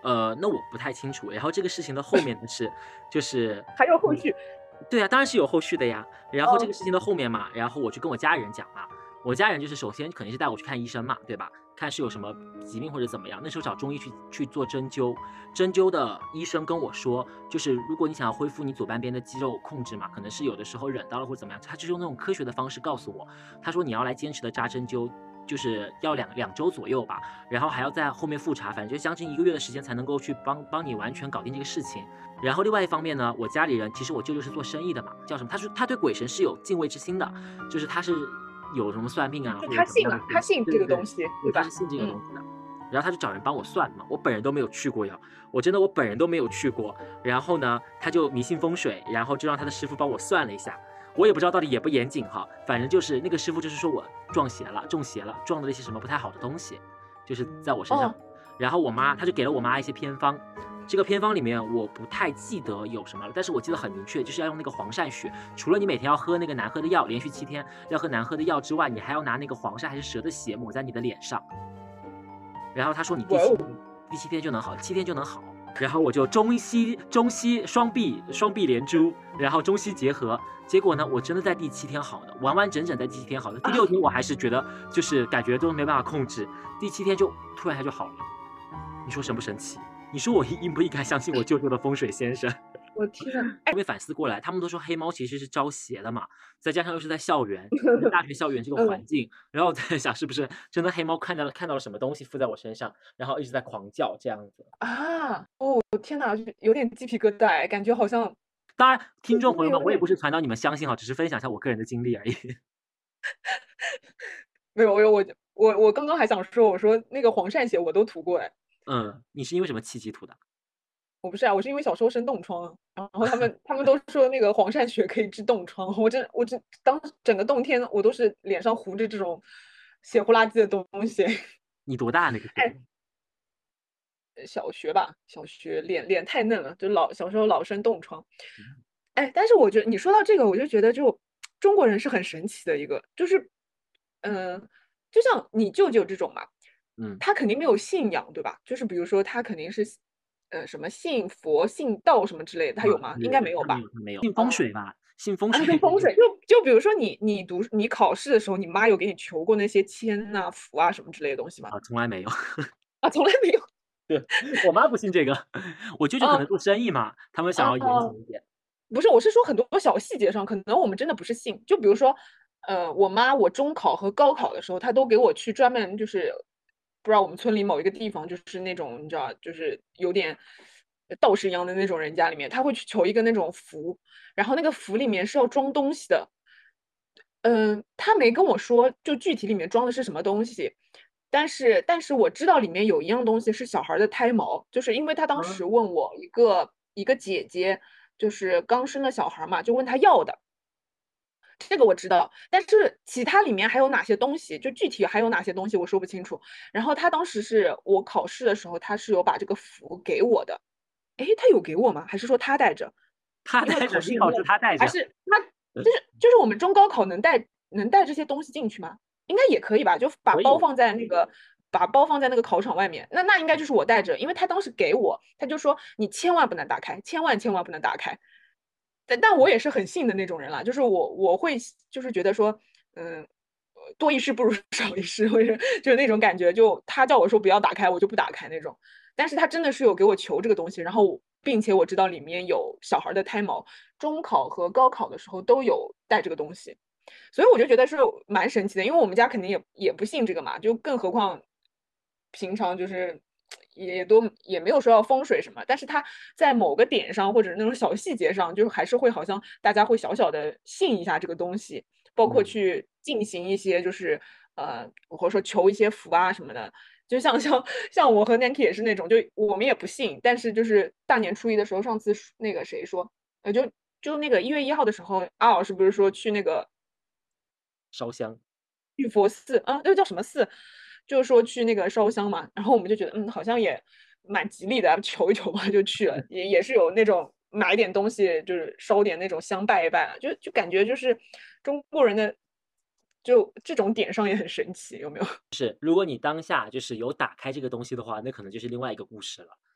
呃，那我不太清楚。然后这个事情的后面的是，就是还有后续。 对啊，当然是有后续的呀。然后这哦个事情的后面嘛，然后我就跟我家人讲嘛，我家人就是首先肯定是带我去看医生嘛，对吧？看是有什么疾病或者怎么样。那时候找中医去去做针灸，针灸的医生跟我说，就是如果你想要恢复你左半边的肌肉控制嘛，可能是有的时候忍到了或者怎么样，他就是用那种科学的方式告诉我，他说你要来坚持的扎针灸。就是要两两周左右吧，然后还要在后面复查，反正就将近一个月的时间才能够去帮帮你完全搞定这个事情。然后另外一方面呢，我家里人其实我舅舅是做生意的嘛，叫什么？他说他对鬼神是有敬畏之心的，就是他是有什么算命啊， 就或者他信了， 怎么样的他信对对对， 这个东西， 对对吧？ 他是信这个东嗯， 西的。然后他就找人帮我算嘛，我本人都没有去过呀，我真的我本人都没有去过。然后呢，他就迷信风水，然后就让他的师傅帮我算了一下，我也不知道到底严不严谨哈，反正就是那个师傅就是说我撞邪了，中邪了，撞了一些什么不太好的东西，就是在我身上。 哦， 然后我妈她就给了我妈一些偏方，这个偏方里面我不太记得有什么了，但是我记得很明确，就是要用那个黄鳝血。除了你每天要喝那个难喝的药，连续七天要喝难喝的药之外，你还要拿那个黄鳝还是蛇的血抹在你的脸上。然后他说你第哇哦， 七第七天就能好，七天就能好。然后我就中西中西双臂双臂连珠，然后中西结合，结果呢，我真的在第七天好的，完完整整在第七天好的。第六天我还是觉得就是感觉都没办法控制，第七天就突然一下就好了。你说神不神奇？你说我应不应该相信我舅舅的风水先生？ 我天呐， 后面反思过来，他们都说黑猫其实是招邪的嘛，再加上又是在校园，在大学校园这个环嗯境，然后我在想是不是真的黑猫看到了看到了什么东西附在我身上，然后一直在狂叫这样子。 啊，哦，天呐，有点鸡皮疙瘩哎，感觉好像当然，听真众朋友们，我也的有点不是传导你们相信哈，只是分享一下我个人的经历而已。 没有，我我我我刚刚还想说，我说那个黄鳝血我都涂过哎， 嗯，你是因为什么契机涂的？ 我不是啊，我是因为小时候生冻疮，然后他们他们都说那个黄鳝血可以治冻疮，我这我这当整个冬天我都是脸上糊着这种血呼啦唧的东西。 你多大那个时候？ 哎，小学吧，小学脸脸太嫩了，就老小时候老生冻疮。哎，但是我觉得你说到这个，我就觉得就中国人是很神奇的一个，就是，嗯、就像你舅舅这种嘛， 嗯， 他肯定没有信仰，对吧？就是比如说他肯定是，呃，什么信佛、信道什么之类的，他有啊， 吗？应对对对， 该没有吧？ 他没有他没有，信风啊、 水吧，信风啊， 水对风水，就就比如说你你读你考试的时候，你妈有给你求过那些签呐、符啊什么之类的东西吗？ 啊，从来没有。 啊，从来没有。 对，我妈不信这个，我舅舅可啊能做生意嘛，他们想啊， 要严谨一点。 不是，我是说很多小细节上，可能我们真的不是信。就比如说，呃，我妈我中考和高考的时候，她都给我去专门就是，不知道我们村里某一个地方，就是那种你知道，就是有点道士一样的那种人家里面，他会去求一个那种符，然后那个符里面是要装东西的。嗯，他没跟我说就具体里面装的是什么东西，但是但是我知道里面有一样东西是小孩的胎毛，就是因为他当时啊， 问我一个一个姐姐，就是刚生的小孩嘛，就问他要的，这个我知道，但是其他里面还有哪些东西，就具体还有哪些东西我说不清楚。然后他当时是我考试的时候，他是有把这个符给我的，诶，他有给我吗？还是说他带着？因为他带着， 考试以后， 你考试他带还着。 是他就是就是我们中高考能带能带这些东西进去吗？应该也可以吧，就把可以， 包放在那个把包放在那个考场外面。那那应该就是我带着，因为他当时给我，他就说你千万不能打开，千万千万不能打开。但但我也是很信的那种人啦，就是我我会就是觉得说，嗯，多一事不如少一事，或者就是那种感觉，就他叫我说不要打开，我就不打开那种。但是他真的是有给我求这个东西，然后并且我知道里面有小孩的胎毛，中考和高考的时候都有带这个东西，所以我就觉得是蛮神奇的，因为我们家肯定也也不信这个嘛，就更何况平常就是也都也没有说要风水什么，但是他在某个点上或者那种小细节上，就是还是会好像大家会小小的信一下这个东西，包括嗯， 去进行一些就是呃或者说求一些福啊什么的。就像像像我和 Nanki 也是那种，就我们也不信，但是就是大年初一的时候，上次那个谁说，呃，就就那个一月一号的时候，阿老师不是说去那个烧香。 玉佛寺啊，那个叫什么寺？就是说去那个烧香嘛，然后我们就觉得，嗯，好像也蛮吉利的，求一求吧，就去了，也也是有那种买点东西，就是烧点那种香拜一拜啊，就就感觉就是中国人的，就这种点上也很神奇，有没有？ 是，如果你当下就是有打开这个东西的话，那可能就是另外一个故事了。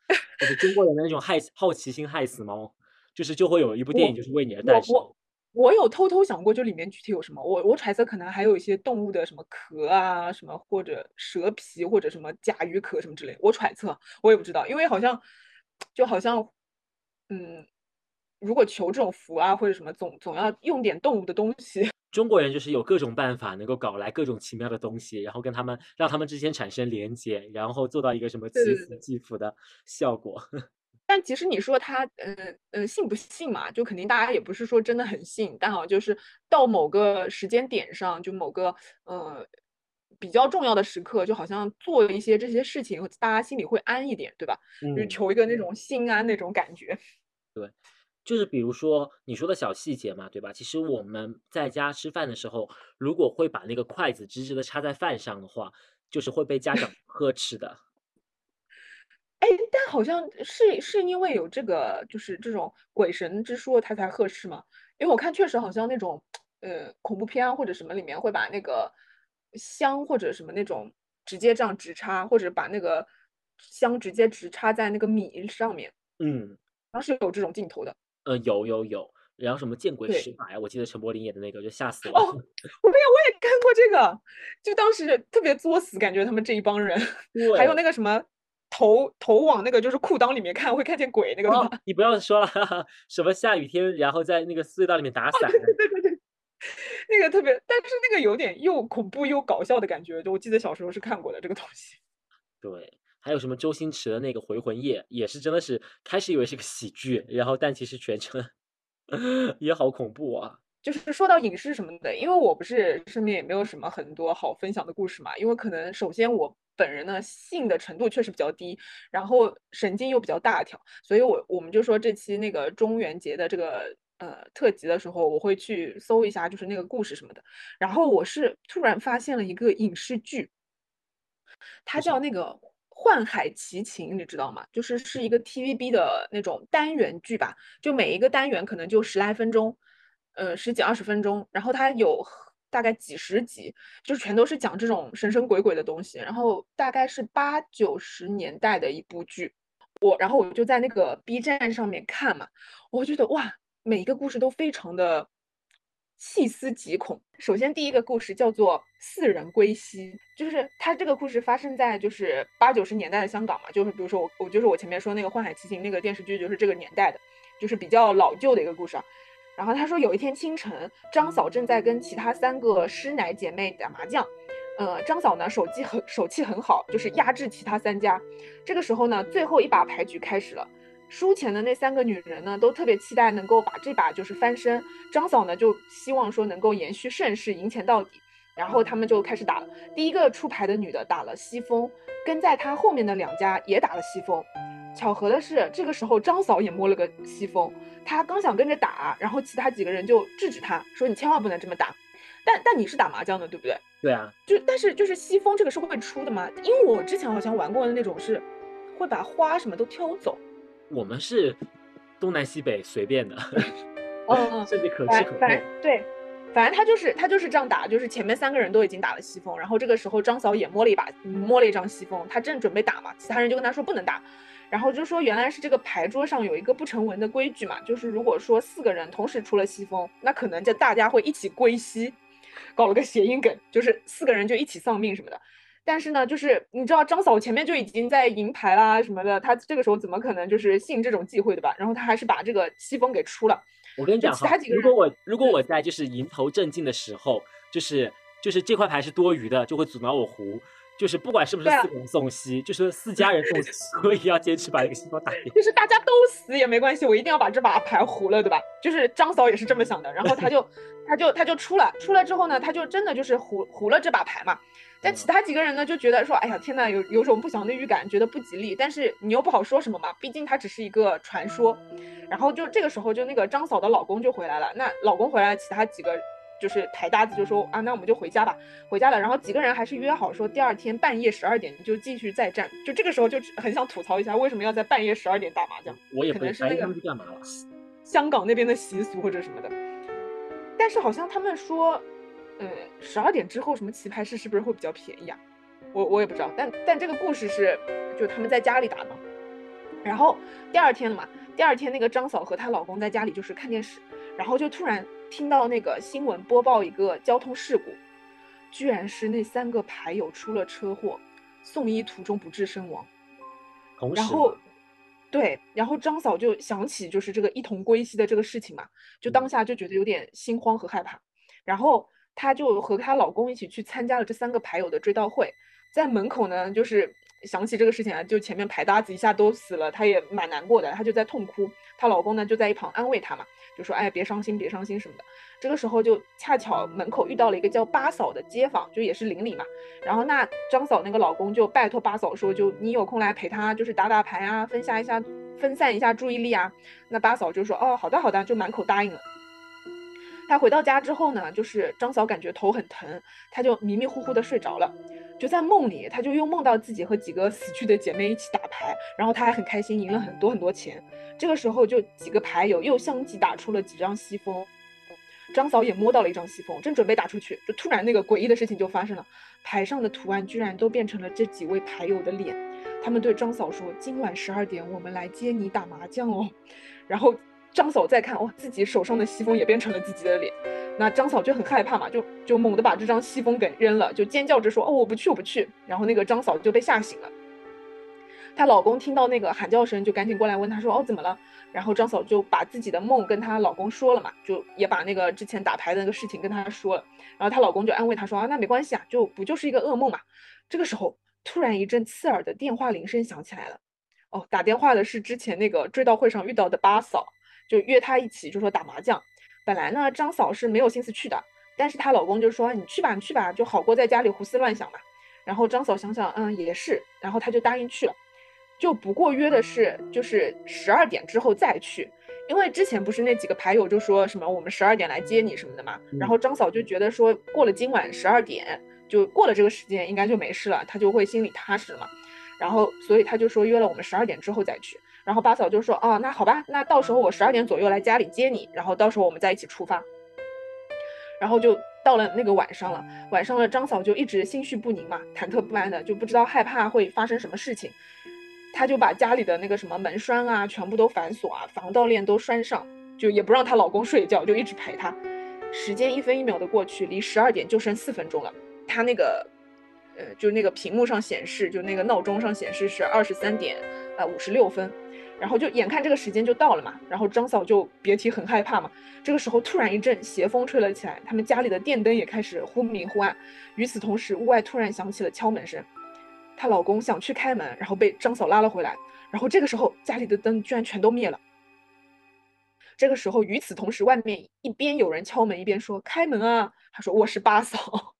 就是中国人的那种害好奇心害死猫，就是就会有一部电影我就是为你而诞生。 我我我有偷偷想过，就里面具体有什么，我我揣测可能还有一些动物的什么壳啊，什么或者蛇皮或者什么甲鱼壳什么之类，我揣测，我也不知道，因为好像就好像，嗯，如果求这种福啊或者什么，总总要用点动物的东西。 中国人就是有各种办法能够搞来各种奇妙的东西，然后跟他们让他们之间产生连接，然后做到一个什么祈福对对对对。 祭福的效果。 但其实你说他，呃呃，信不信嘛？就肯定大家也不是说真的很信，但好像就是到某个时间点上，就某个呃比较重要的时刻，就好像做一些这些事情，大家心里会安一点，对吧？就是嗯， 求一个那种心安那种感觉。 对。就是比如说你说的小细节嘛，对吧？其实我们在家吃饭的时候，如果会把那个筷子直直的插在饭上的话，就是会被家长呵斥的。 哎，但好像是是因为有这个就是这种鬼神之说，他才呵斥吗？因为我看确实好像那种呃恐怖片啊或者什么里面会把那个香或者什么那种直接这样直插，或者把那个香直接直插在那个米上面， 嗯。 当时有这种镜头的。 呃，有有有，然后什么见鬼对， 使法呀，我记得陈柏霖演的那个就吓死哦， 了。 我也我也看过这个，就当时特别作死，感觉他们这一帮人，还有对。 那个什么头头往那个就是裤裆里面看会看见鬼那个，对吧？ 哦，你不要说了，什么下雨天，然后在那个隧道里面打伞。 那个特别，但是那个有点又恐怖又搞笑的感觉，就我记得小时候是看过的这个东西。 对，还有什么周星驰的那个《回魂夜》，也是真的是开始以为是个喜剧，然后但其实全程也好恐怖啊。 就是说到影视什么的，因为我不是身边也没有什么很多好分享的故事嘛，因为可能首先我本人呢信的程度确实比较低，然后神经又比较大条，所以我我们就说这期那个中元节的这个呃特辑的时候，我会去搜一下就是那个故事什么的，然后我是突然发现了一个影视剧，它是什么？ 叫那个《幻海奇情》，你知道吗？就是是一个 T V B 的那种单元剧吧，就每一个单元可能就十来分钟，呃，十几二十分钟，然后它有大概几十集，就是全都是讲这种神神鬼鬼的东西，然后大概是八九十年代的一部剧，我然后我就在那个 B 站上面看嘛，我觉得哇，每一个故事都非常的细思极恐。首先，第一个故事叫做《四人归西》，就是它这个故事发生在就是八九十年代的香港嘛，就是比如说我我就是我前面说那个《幻海奇情》那个电视剧，就是这个年代的，就是比较老旧的一个故事啊。然后他说，有一天清晨，张嫂正在跟其他三个师奶姐妹打麻将。呃，张嫂呢手气很手气很好，就是压制其他三家。这个时候呢，最后一把牌局开始了。输钱的那三个女人呢，都特别期待能够把这把就是翻身。张嫂呢，就希望说能够延续盛世，赢钱到底。然后他们就开始打了。第一个出牌的女的打了西风，跟在她后面的两家也打了西风。巧合的是，这个时候张嫂也摸了个西风，她刚想跟着打，然后其他几个人就制止她说：“你千万不能这么打。”但但你是打麻将的，对不对？ 对啊。 就但是就是西风这个是会出的吗？因为我之前好像玩过的那种是会把花什么都挑走。 我们是东南西北随便的， 嗯嗯， 甚至可吃反反可碰。 正对，反正他就是他就是这样打，就是前面三个人都已经打了西风，然后这个时候张嫂也摸了一把摸了一张西风，他正准备打嘛，其他人就跟他说不能打，然后就说原来是这个牌桌上有一个不成文的规矩嘛，就是如果说四个人同时出了西风，那可能就大家会一起归西，搞了个谐音梗，就是四个人就一起丧命什么的。但是呢，就是你知道张嫂前面就已经在赢牌啦什么的，她这个时候怎么可能就是信这种忌讳的吧？然后她还是把这个西风给出了。就我跟你讲哈， 其他几个人， 如果我如果嗯， 我在就是迎头正进的时候，就是就是这块牌是多余的，就会阻挠我胡。就是不管是不是对啊， 四个人送西，就是四家人送西，所以要坚持把这个西风打掉。 就是大家都死也没关系，我一定要把这把牌胡了，对吧？就是张嫂也是这么想的，然后他就他就他就出了，出了之后呢，他就真的就是胡胡了这把牌嘛。但其他几个人呢，就觉得说，哎呀，天呐，有有种不祥的预感，觉得不吉利。但是你又不好说什么嘛，毕竟它只是一个传说。然后就这个时候，就那个张嫂的老公就回来了。那老公回来，其他几个就是台搭子就说啊，那我们就回家吧，回家了。然后几个人还是约好说，第二天半夜十二点就继续再战。就这个时候就很想吐槽一下，为什么要在半夜十二点打麻将？ 我也不会， 可能是那个白天他们去干嘛了？ 香港那边的习俗或者什么的。但是好像他们说，呃，十二点之后什么棋牌室是不是会比较便宜啊？我我也不知道，但但这个故事是就他们在家里打嘛。 然后第二天了嘛，第二天那个张嫂和她老公在家里就是看电视，然后就突然听到那个新闻播报一个交通事故，居然是那三个牌友出了车祸，送医途中不治身亡。 同时嘛， 然后，对，然后张嫂就想起就是这个一同归西的这个事情嘛，就当嗯， 下就觉得有点心慌和害怕，然后她就和她老公一起去参加了这三个牌友的追悼会，在门口呢，就是想起这个事情啊，就前面牌搭子一下都死了，她也蛮难过的，她就在痛哭，她老公呢就在一旁安慰她嘛，就说哎别伤心别伤心什么的。这个时候就恰巧门口遇到了一个叫八嫂的街坊，就也是邻里嘛，然后那张嫂那个老公就拜托八嫂说，就你有空来陪她，就是打打牌啊，分下一下分散一下注意力啊。那八嫂就说哦好的好的，就满口答应了。她回到家之后呢，就是张嫂感觉头很疼，她就迷迷糊糊的睡着了。就在梦里，她就又梦到自己和几个死去的姐妹一起打牌，然后她还很开心，赢了很多很多钱。这个时候，就几个牌友又相继打出了几张西风，张嫂也摸到了一张西风，正准备打出去，就突然那个诡异的事情就发生了，牌上的图案居然都变成了这几位牌友的脸。他们对张嫂说：今晚十二点我们来接你打麻将哦。然后张嫂再看，哦，自己手上的西风也变成了自己的脸。那张嫂就很害怕嘛，就就猛地把这张西风给扔了，就尖叫着说：哦，我不去，我不去。然后那个张嫂就被吓醒了。她老公听到那个喊叫声，就赶紧过来问她说：哦，怎么了？然后张嫂就把自己的梦跟她老公说了嘛，就也把那个之前打牌的那个事情跟她说了。然后她老公就安慰她说：啊，那没关系啊，就不就是一个噩梦嘛。这个时候，突然一阵刺耳的电话铃声响起来了。哦，打电话的是之前那个追悼会上遇到的八嫂，就约她一起就说打麻将。本来呢，张嫂是没有心思去的，但是她老公就说你去吧，你去吧，就好过在家里胡思乱想嘛。然后张嫂想想，嗯，也是，然后她就答应去了。就不过约的是就是十二点之后再去，因为之前不是那几个牌友就说什么我们十二点来接你什么的嘛，然嗯， 后张嫂就觉得说过了今晚十二点，就过了这个时间应该就没事了，她就会心里踏实了嘛。然后所以她就说约了我们十二点之后再去。然后八嫂就说啊，那好吧，那到时候我十二点左右来家里接你，然后到时候我们再一起出发。然后就到了那个晚上了，晚上了，张嫂就一直心绪不宁嘛，忐忑不安的，就不知道害怕会发生什么事情。她就把家里的那个什么门栓啊，全部都反锁啊，防盗链都拴上，就也不让她老公睡觉，就一直陪她。时间一分一秒的过去，离十二点就剩四分钟了。她那个，呃，就那个屏幕上显示，就那个闹钟上显示是二十三点啊五十六分。然后就眼看这个时间就到了嘛，然后张嫂就别提很害怕嘛。这个时候突然一阵斜风吹了起来，他们家里的电灯也开始忽明忽暗。与此同时，屋外突然响起了敲门声。她老公想去开门，然后被张嫂拉了回来。然后这个时候家里的灯居然全都灭了。这个时候，与此同时，外面一边有人敲门，一边说开门啊。她说我是八嫂。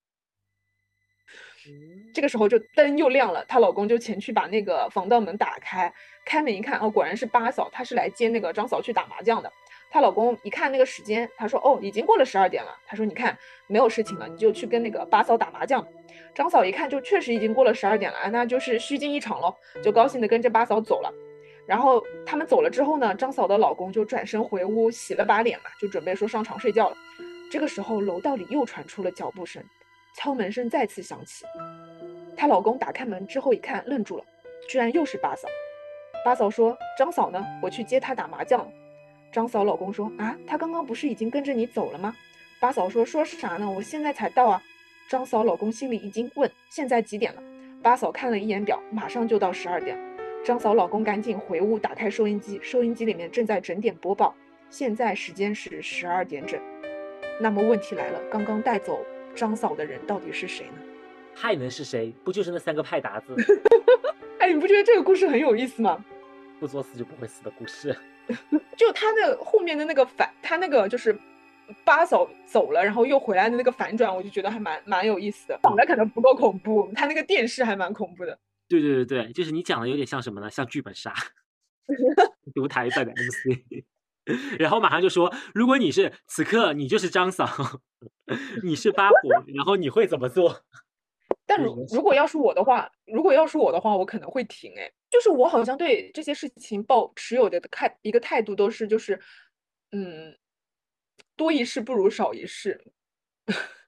这个时候就灯又亮了，她老公就前去把那个防盗门打开，开门一看，哦，果然是八嫂，她是来接那个张嫂去打麻将的。她老公一看那个时间，他说哦，已经过了十二点了。他说你看没有事情了，你就去跟那个八嫂打麻将。张嫂一看就确实已经过了十二点了，那就是虚惊一场咯，就高兴的跟着八嫂走了。然后他们走了之后呢，张嫂的老公就转身回屋洗了把脸嘛，就准备说上床睡觉了。这个时候楼道里又传出了脚步声，敲门声再次响起。她老公打开门之后一看，愣住了，居然又是八嫂。八嫂说：张嫂呢？我去接她打麻将。张嫂老公说：啊，她刚刚不是已经跟着你走了吗？八嫂说：说啥呢？我现在才到啊。张嫂老公心里已经问：现在几点了？八嫂看了一眼表，马上就到十二点。张嫂老公赶紧回屋打开收音机，收音机里面正在整点播报，现在时间是十二点整。那么问题来了，刚刚带走张嫂的人到底是谁呢？ 还能是谁？不就是那三个派达子？ 哎，你不觉得这个故事很有意思吗？ 不作死就不会死的故事。 就他那后面的那个反，他那个就是八嫂走了，然后又回来的那个反转，我就觉得还蛮蛮有意思的。讲的可能不够恐怖，他那个电视还蛮恐怖的。 对对对对，就是你讲的有点像什么呢？像剧本杀，读台版的 M C。然后马上就说，如果你是此刻你就是张嫂，你是八婆，然后你会怎么做？ 但如如果要是我的话，如果要是我的话，我可能会停。哎，就是我好像对这些事情抱持有的态一个态度都是，就是，嗯，多一事不如少一事。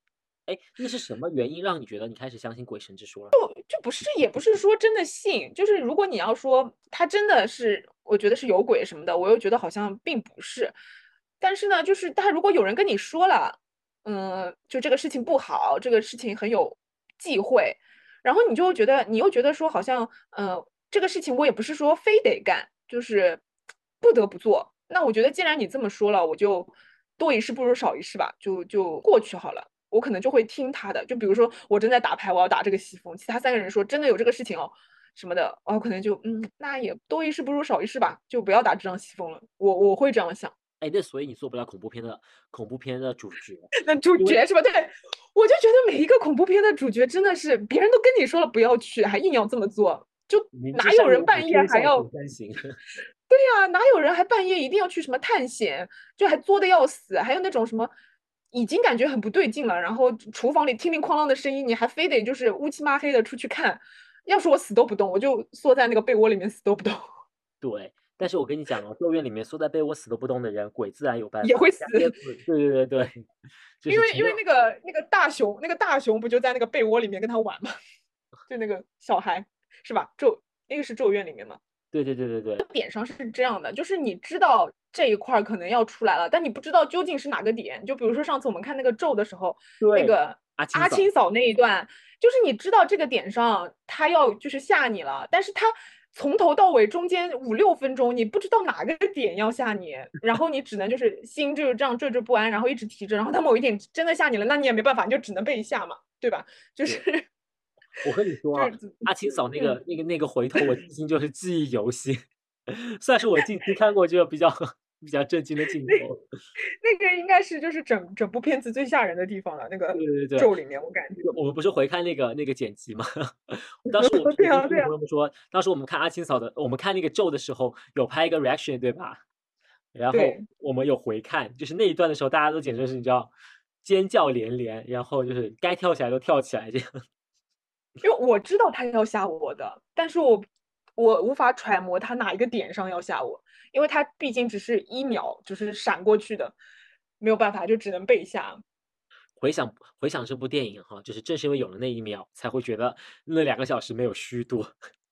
哎，那是什么原因让你觉得你开始相信鬼神之说了？ 就不是也不是说真的信，就是如果你要说他真的是，我觉得是有鬼什么的，我又觉得好像并不是。但是呢，就是他如果有人跟你说了，嗯，就这个事情不好，这个事情很有忌讳，然后你就觉得你又觉得说好像，呃，这个事情我也不是说非得干，就是不得不做。那我觉得既然你这么说了，我就多一事不如少一事吧，就就过去好了。我可能就会听他的。就比如说我正在打牌，我要打这个西风，其他三个人说真的有这个事情哦什么的，我可能就嗯，那也多一事不如少一事吧，就不要打这张西风了。我我会这样想。 哎，那所以你做不了恐怖片的恐怖片的主角， 那主因为角是吧？对，我就觉得每一个恐怖片的主角真的是，别人都跟你说了不要去，还硬要这么做，就明知哪有山有虎， 人半夜偏向还要虎山行。 对呀，哪有人还半夜一定要去什么探险，就还作的要死，还有那种什么已经感觉很不对劲了，然后厨房里叮铃哐啷的声音，你还非得就是乌漆嘛黑的出去看。要是我死都不动，我就缩在那个被窝里面死都不动， 对，但是我跟你讲哦，咒怨里面缩在被窝死都不动的人，鬼自然有办法。 也会死。 人家憋死对对对对，就因是只要为因为那个那个大熊，那个大熊不就在那个被窝里面跟他玩吗？就那个小孩是吧？咒那个是咒怨里面吗？ 对对对对对点上是这样的，就是你知道这一块可能要出来了，但你不知道究竟是哪个点。就比如说上次我们看那个咒的时候，那对， 个阿阿青嫂， 青嫂那一段，就是你知道这个点上他要就是吓你了，但是他从头到尾中间五六分钟，你不知道哪个点要吓你，然后你只能就是心就是这样惴惴不安，然后一直提着，然后他某一点真的吓你了，那你也没办法，你就只能被吓嘛，对吧？就对， 是我和你说啊， 就是阿青嫂那嗯。 个那个那个回头，我至今就是记忆犹新，算是我近期看过这个比较比较震惊的镜头。 那个应该是就是整整部片子最吓人的地方了，那个对对对对， 咒里面我感觉。 就我们不是回看那个那个剪辑吗？当时我我对啊， 跟听众对啊， 朋友们说，当时我们看阿青嫂的，我们看那个咒的时候，有拍一个 reaction 对吧？然后对， 我们有回看，就是那一段的时候，大家都简直是你知道，尖叫连连，然后就是该跳起来都跳起来这样。 因为我知道他要吓我的，但是我我无法揣摩他哪一个点上要吓我，因为他毕竟只是一秒，就是闪过去的，没有办法，就只能被吓。 回想回想这部电影哈，就是正是因为有了那一秒，才会觉得那两个小时没有虚度。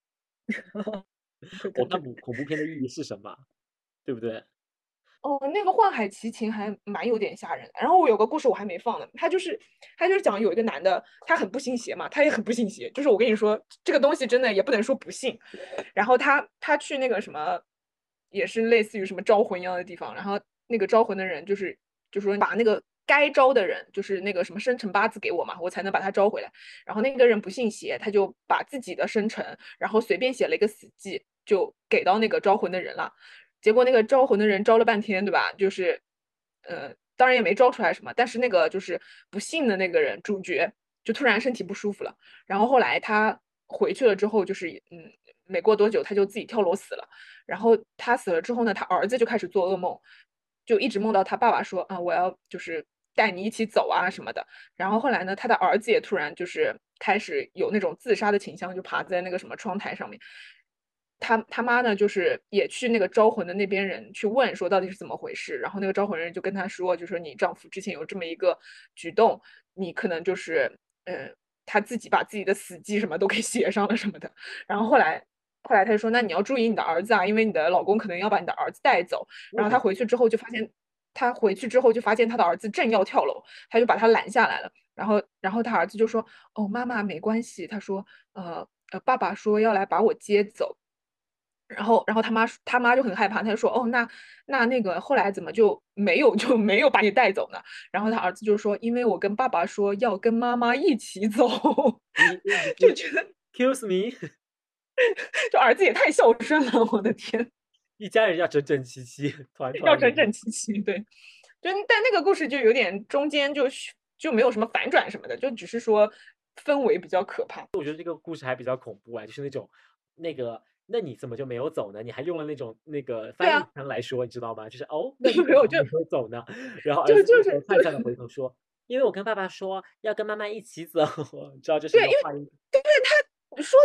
对对对。 我看恐恐怖片的意义是什么，对不对？ 哦，那个《幻海奇情》还蛮有点吓人的。然后我有个故事我还没放呢，他就是他就是讲有一个男的，他很不信邪嘛，他也很不信邪。就是我跟你说，这个东西真的也不能说不信。然后他他去那个什么，也是类似于什么招魂一样的地方，然后那个招魂的人就是就说把那个该招的人，就是那个什么生辰八字给我嘛，我才能把他招回来。然后那个人不信邪，他就把自己的生辰，然后随便写了一个死记，就给到那个招魂的人了。结果那个招魂的人招了半天，对吧？就是，呃，当然也没招出来什么，但是那个就是不幸的那个人主角就突然身体不舒服了，然后后来他回去了之后，就是嗯，没过多久他就自己跳楼死了。然后他死了之后呢，他儿子就开始做噩梦，就一直梦到他爸爸说啊，我要就是带你一起走啊什么的。然后后来呢，他的儿子也突然就是开始有那种自杀的倾向，就爬在那个什么窗台上面。他他妈呢，就是也去那个招魂的那边人去问说到底是怎么回事，然后那个招魂人就跟他说，就说你丈夫之前有这么一个举动，你可能就是呃他自己把自己的死记什么都给写上了什么的。然后后来后来他就说，那你要注意你的儿子啊，因为你的老公可能要把你的儿子带走。然后他为什么？ 回去之后就发现，他回去之后就发现他的儿子正要跳楼，他就把他拦下来了。然后然后他儿子就说，哦妈妈没关系，他说呃呃爸爸说要来把我接走。然后，然后他妈他妈就很害怕，他就说：“哦，那那那个后来怎么就没有就没有把你带走呢？”然后他儿子就说：“因为我跟爸爸说要跟妈妈一起走。” 你你你你就觉得 ，excuse me， 就儿子也太孝顺了，我的天， 一家人要整整齐齐，团团圆。 要整整齐齐。对，就但那个故事就有点中间就就没有什么反转什么的，就只是说氛围比较可怕。 我觉得这个故事还比较恐怖啊，就是那种那个，那你怎么就没有走呢？你还用了那种那个翻译对啊， 腔来说，你知道吗？就是哦，那你没有就怎么还没有走呢？然后儿就子这个时候就是就讪讪的回头说，因为我跟爸爸说要跟妈妈一起走，你知道这是一对，因为个话音。 对对，他说的时候就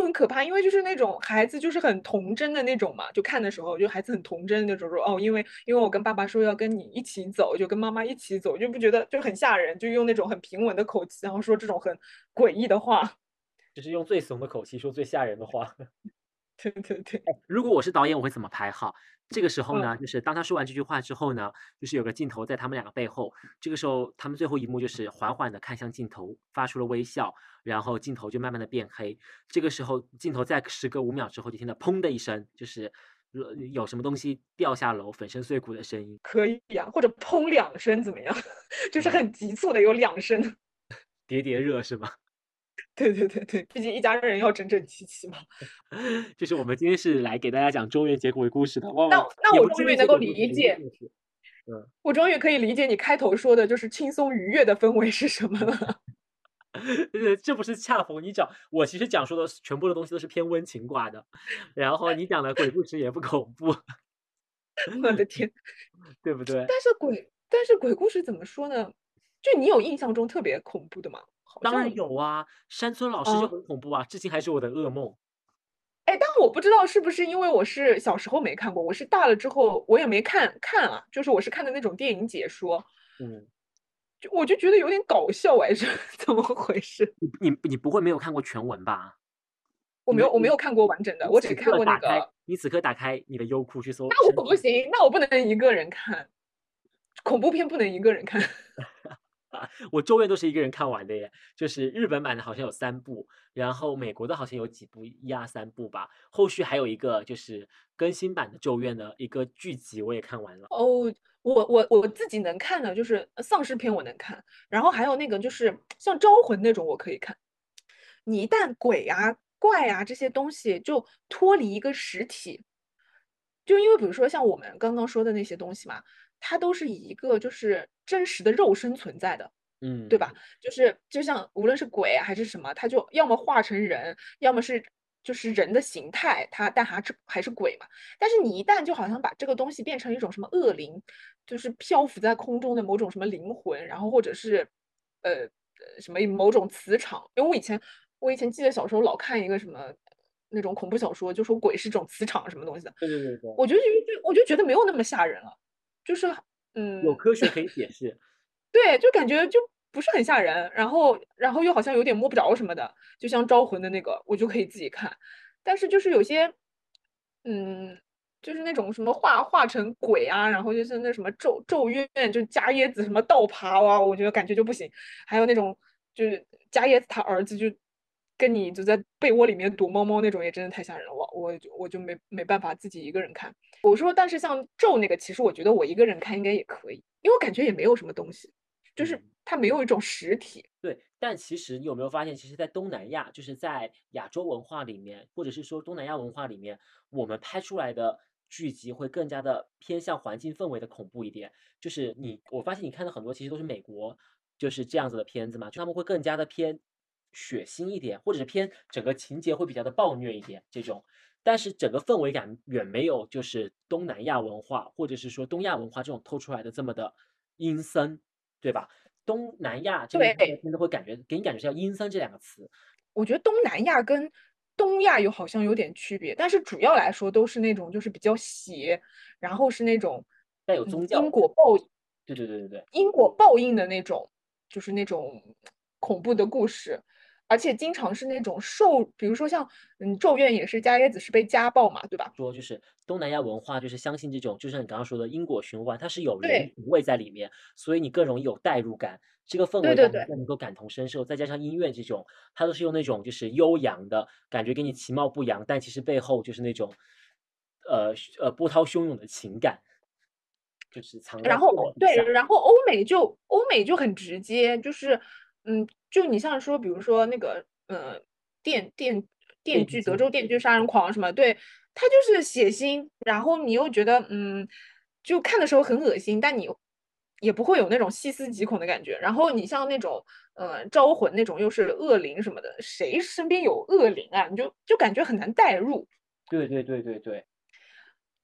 很可怕，因为就是那种孩子就是很童真的那种嘛，就看的时候就孩子很童真的那种说哦，因为因为我跟爸爸说要跟你一起走，就跟妈妈一起走，就不觉得就很吓人，就用那种很平稳的口气，然后说这种很诡异的话。 就是用最怂的口气说最吓人的话。 对对对， 如果我是导演，我会怎么拍哈？这个时候嗯， 呢，就是当他说完这句话之后呢，就是有个镜头在他们两个背后，这个时候他们最后一幕就是缓缓地看向镜头，发出了微笑，然后镜头就慢慢地变黑。这个时候镜头在时隔五秒之后就听到砰的一声，就是呃有什么东西掉下楼，粉身碎骨的声音。 可以呀、或者砰两声怎么样？就是嗯， 很急促的有两声。 叠叠热是吗？ 对对对对，毕竟一家人要整整齐齐嘛。 就是我们今天是来给大家讲中元节鬼故事的，万那万也不是中那我终于能够元节鬼故事，灵异理解， 故事。嗯。 我终于可以理解你开头说的就是轻松愉悦的氛围是什么了。 呃，这不是恰逢你讲我其实讲述的全部的东西都是偏温情挂的，然后你讲的鬼故事也不恐怖， 我的天！ 对不对？ 但是鬼但是鬼故事怎么说呢？就你有印象中特别恐怖的吗？好当然像有啊，山村老师就啊， 很恐怖啊，至今还是我的噩梦。 哎，但我不知道是不是因为我是小时候没看过，我是大了之后我也没看看啊，就是我是看的那种电影解说， 嗯， 就我就觉得有点搞笑哎，是怎么回事？ 你你你不会没有看过全文吧？ 我没有我没你没你有看过完整的， 你此我只看刻打开过那个。 你此刻打开你的优酷去搜那山村我不行，那我不能一个人看，恐怖片不能一个人看。 啊，我《咒怨》都是一个人看完的耶，就是日本版的好像有三部，然后美国的好像有几部一二三部吧，后续还有一个就是更新版的《咒怨》的一个剧集，我也看完了。 哦，我我我自己能看的就是丧尸片我能看，然后还有那个就是像招魂那种我可以看。你一旦鬼啊、怪啊这些东西就脱离一个实体，就因为比如说像我们刚刚说的那些东西嘛，它都是以一个就是真实的肉身存在的，对嗯， 吧？就是就像无论是鬼啊还是什么，它就要么化成人，要么是就是人的形态，它但还是还是鬼嘛。但是你一旦就好像把这个东西变成一种什么恶灵，就是漂浮在空中的某种什么灵魂，然后或者是呃呃什么某种磁场。因为我以前我以前记得小时候老看一个什么那种恐怖小说，就说鬼是种磁场什么东西的， 对对对对， 我就觉得我就觉得没有那么吓人了，就是嗯。 有科学可以解释。 对，就感觉就不是很吓人，然后然后又好像有点摸不着什么的，就像招魂的那个，我就可以自己看。但是就是有些，嗯，就是那种什么化化成鬼啊，然后就是那什么咒咒怨，就伽椰子什么倒爬啊，我觉得感觉就不行。还有那种就是伽椰子他儿子就跟你就在被窝里面躲猫猫那种，也真的太吓人了，我我就我就没没办法自己一个人看。我说，但是像咒那个，其实我觉得我一个人看应该也可以，因为我感觉也没有什么东西。就是嗯。 它没有一种实体。 对，但其实你有没有发现，其实在东南亚，就是在亚洲文化里面，或者是说东南亚文化里面，我们拍出来的剧集会更加的偏向环境氛围的恐怖一点。就是你我发现你看的很多其实都是美国就是这样子的片子嘛，就他们会更加的偏血腥一点，或者是偏整个情节会比较的暴虐一点这种。但是整个氛围感远没有就是东南亚文化，或者是说东亚文化这种透出来的这么的阴森，对吧？东南亚这边拍的对， 片子会感觉给你感觉是叫阴森这两个词， 我觉得东南亚跟东亚又好像有点区别，但是主要来说都是那种就是比较邪，然后是那种带有嗯宗教感。 因果报对对对对对， 因果报应的那种，就是那种恐怖的故事，而且经常是那种受，比如说像嗯《咒怨》也是伽椰子是被家暴嘛，对吧？ 说就是东南亚文化就是相信这种，就像你刚刚说的因果循环，它是有人对情味在里面，所以你更容易有代入感，这个氛围感你对对对。 更能够感同身受。再加上音乐这种，它都是用那种就是悠扬的感觉给你其貌不扬，但其实背后就是那种呃呃波涛汹涌的情感，就是藏在然后字幕欧对， 底下。 然后欧美就欧美就很直接，就是嗯，就你像说，比如说那个呃电电电锯德电锯惊， 州电锯杀人狂什么，对，它就是血腥，然后你又觉得嗯，就看的时候很恶心，但你也不会有那种细思极恐的感觉。然后你像那种呃招魂那种，又是恶灵什么的，谁身边有恶灵啊？你就就感觉很难代入。 对对对对对。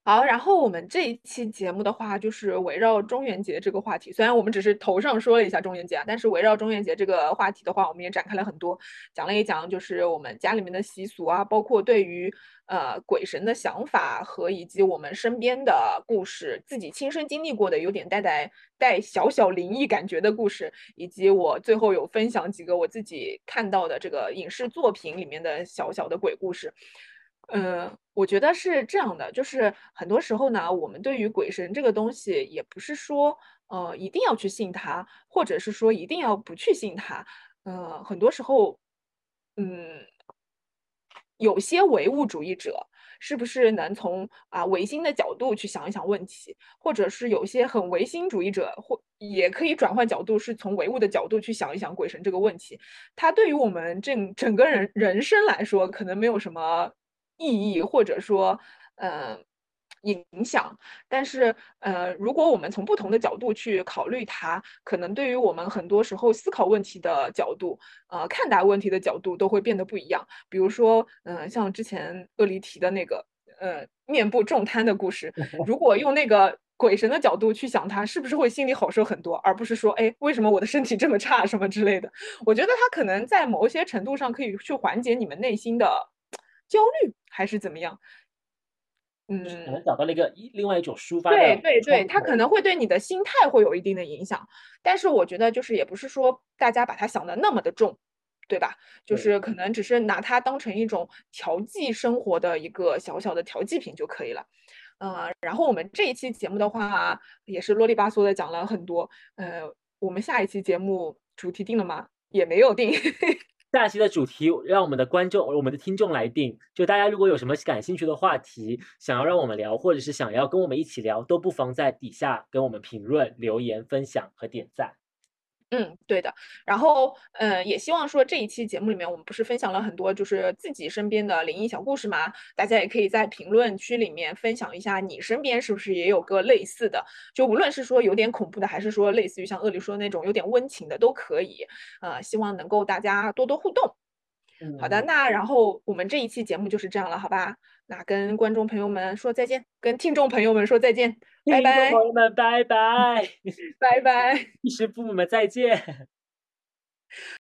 好，然后我们这一期节目的话，就是围绕中元节这个话题。虽然我们只是头上说了一下中元节啊，但是围绕中元节这个话题的话，我们也展开了很多，讲了一讲就是我们家里面的习俗啊，包括对于呃鬼神的想法和以及我们身边的故事，自己亲身经历过的有点带带带小小灵异感觉的故事，以及我最后有分享几个我自己看到的这个影视作品里面的小小的鬼故事。嗯，我觉得是这样的，就是很多时候呢，我们对于鬼神这个东西，也不是说，呃，一定要去信它，或者是说一定要不去信它。呃，很多时候，嗯，有些唯物主义者是不是能从啊唯心的角度去想一想问题，或者是有些很唯心主义者，或也可以转换角度，是从唯物的角度去想一想鬼神这个问题。它对于我们整整个人人生来说，可能没有什么意义，或者说，呃，影响。但是，呃，如果我们从不同的角度去考虑它，可能对于我们很多时候思考问题的角度，呃，看待问题的角度都会变得不一样。比如说，嗯、呃，像之前鳄梨提的那个，呃，面部重瘫的故事，如果用那个鬼神的角度去想它，是不是会心里好受很多，而不是说，哎，为什么我的身体这么差什么之类的？我觉得它可能在某一些程度上可以去缓解你们内心的焦虑，还是怎么样？ 就是可能嗯， 找到了一个一另外一种抒发对的对对，它可窗口。 能会对你的心态会有一定的影响，但是我觉得就是也不是说大家把它想的那么的重，对吧？就对， 是可能只是拿它当成一种调剂生活的一个小小的调剂品就可以了。呃，然后我们这一期节目的话，也是啰里吧嗦的讲了很多。呃，我们下一期节目主题定了吗？也没有定。 下期的主题让我们的观众、我们的听众来定。就大家如果有什么感兴趣的话题，想要让我们聊，或者是想要跟我们一起聊，都不妨在底下跟我们评论、留言、分享和点赞。 嗯，对的。然后，呃，也希望说这一期节目里面，我们不是分享了很多就是自己身边的灵异小故事嘛？大家也可以在评论区里面分享一下，你身边是不是也有个类似的？就无论是说有点恐怖的，还是说类似于像鳄梨说的那种有点温情的，都可以。呃，希望能够大家多多互动。好的， 嗯， 那然后我们这一期节目就是这样了，好吧？那跟观众朋友们说再见，跟听众朋友们说再见，拜听众朋拜， 友们，拜拜！ 拜拜。 衣食父母们再见。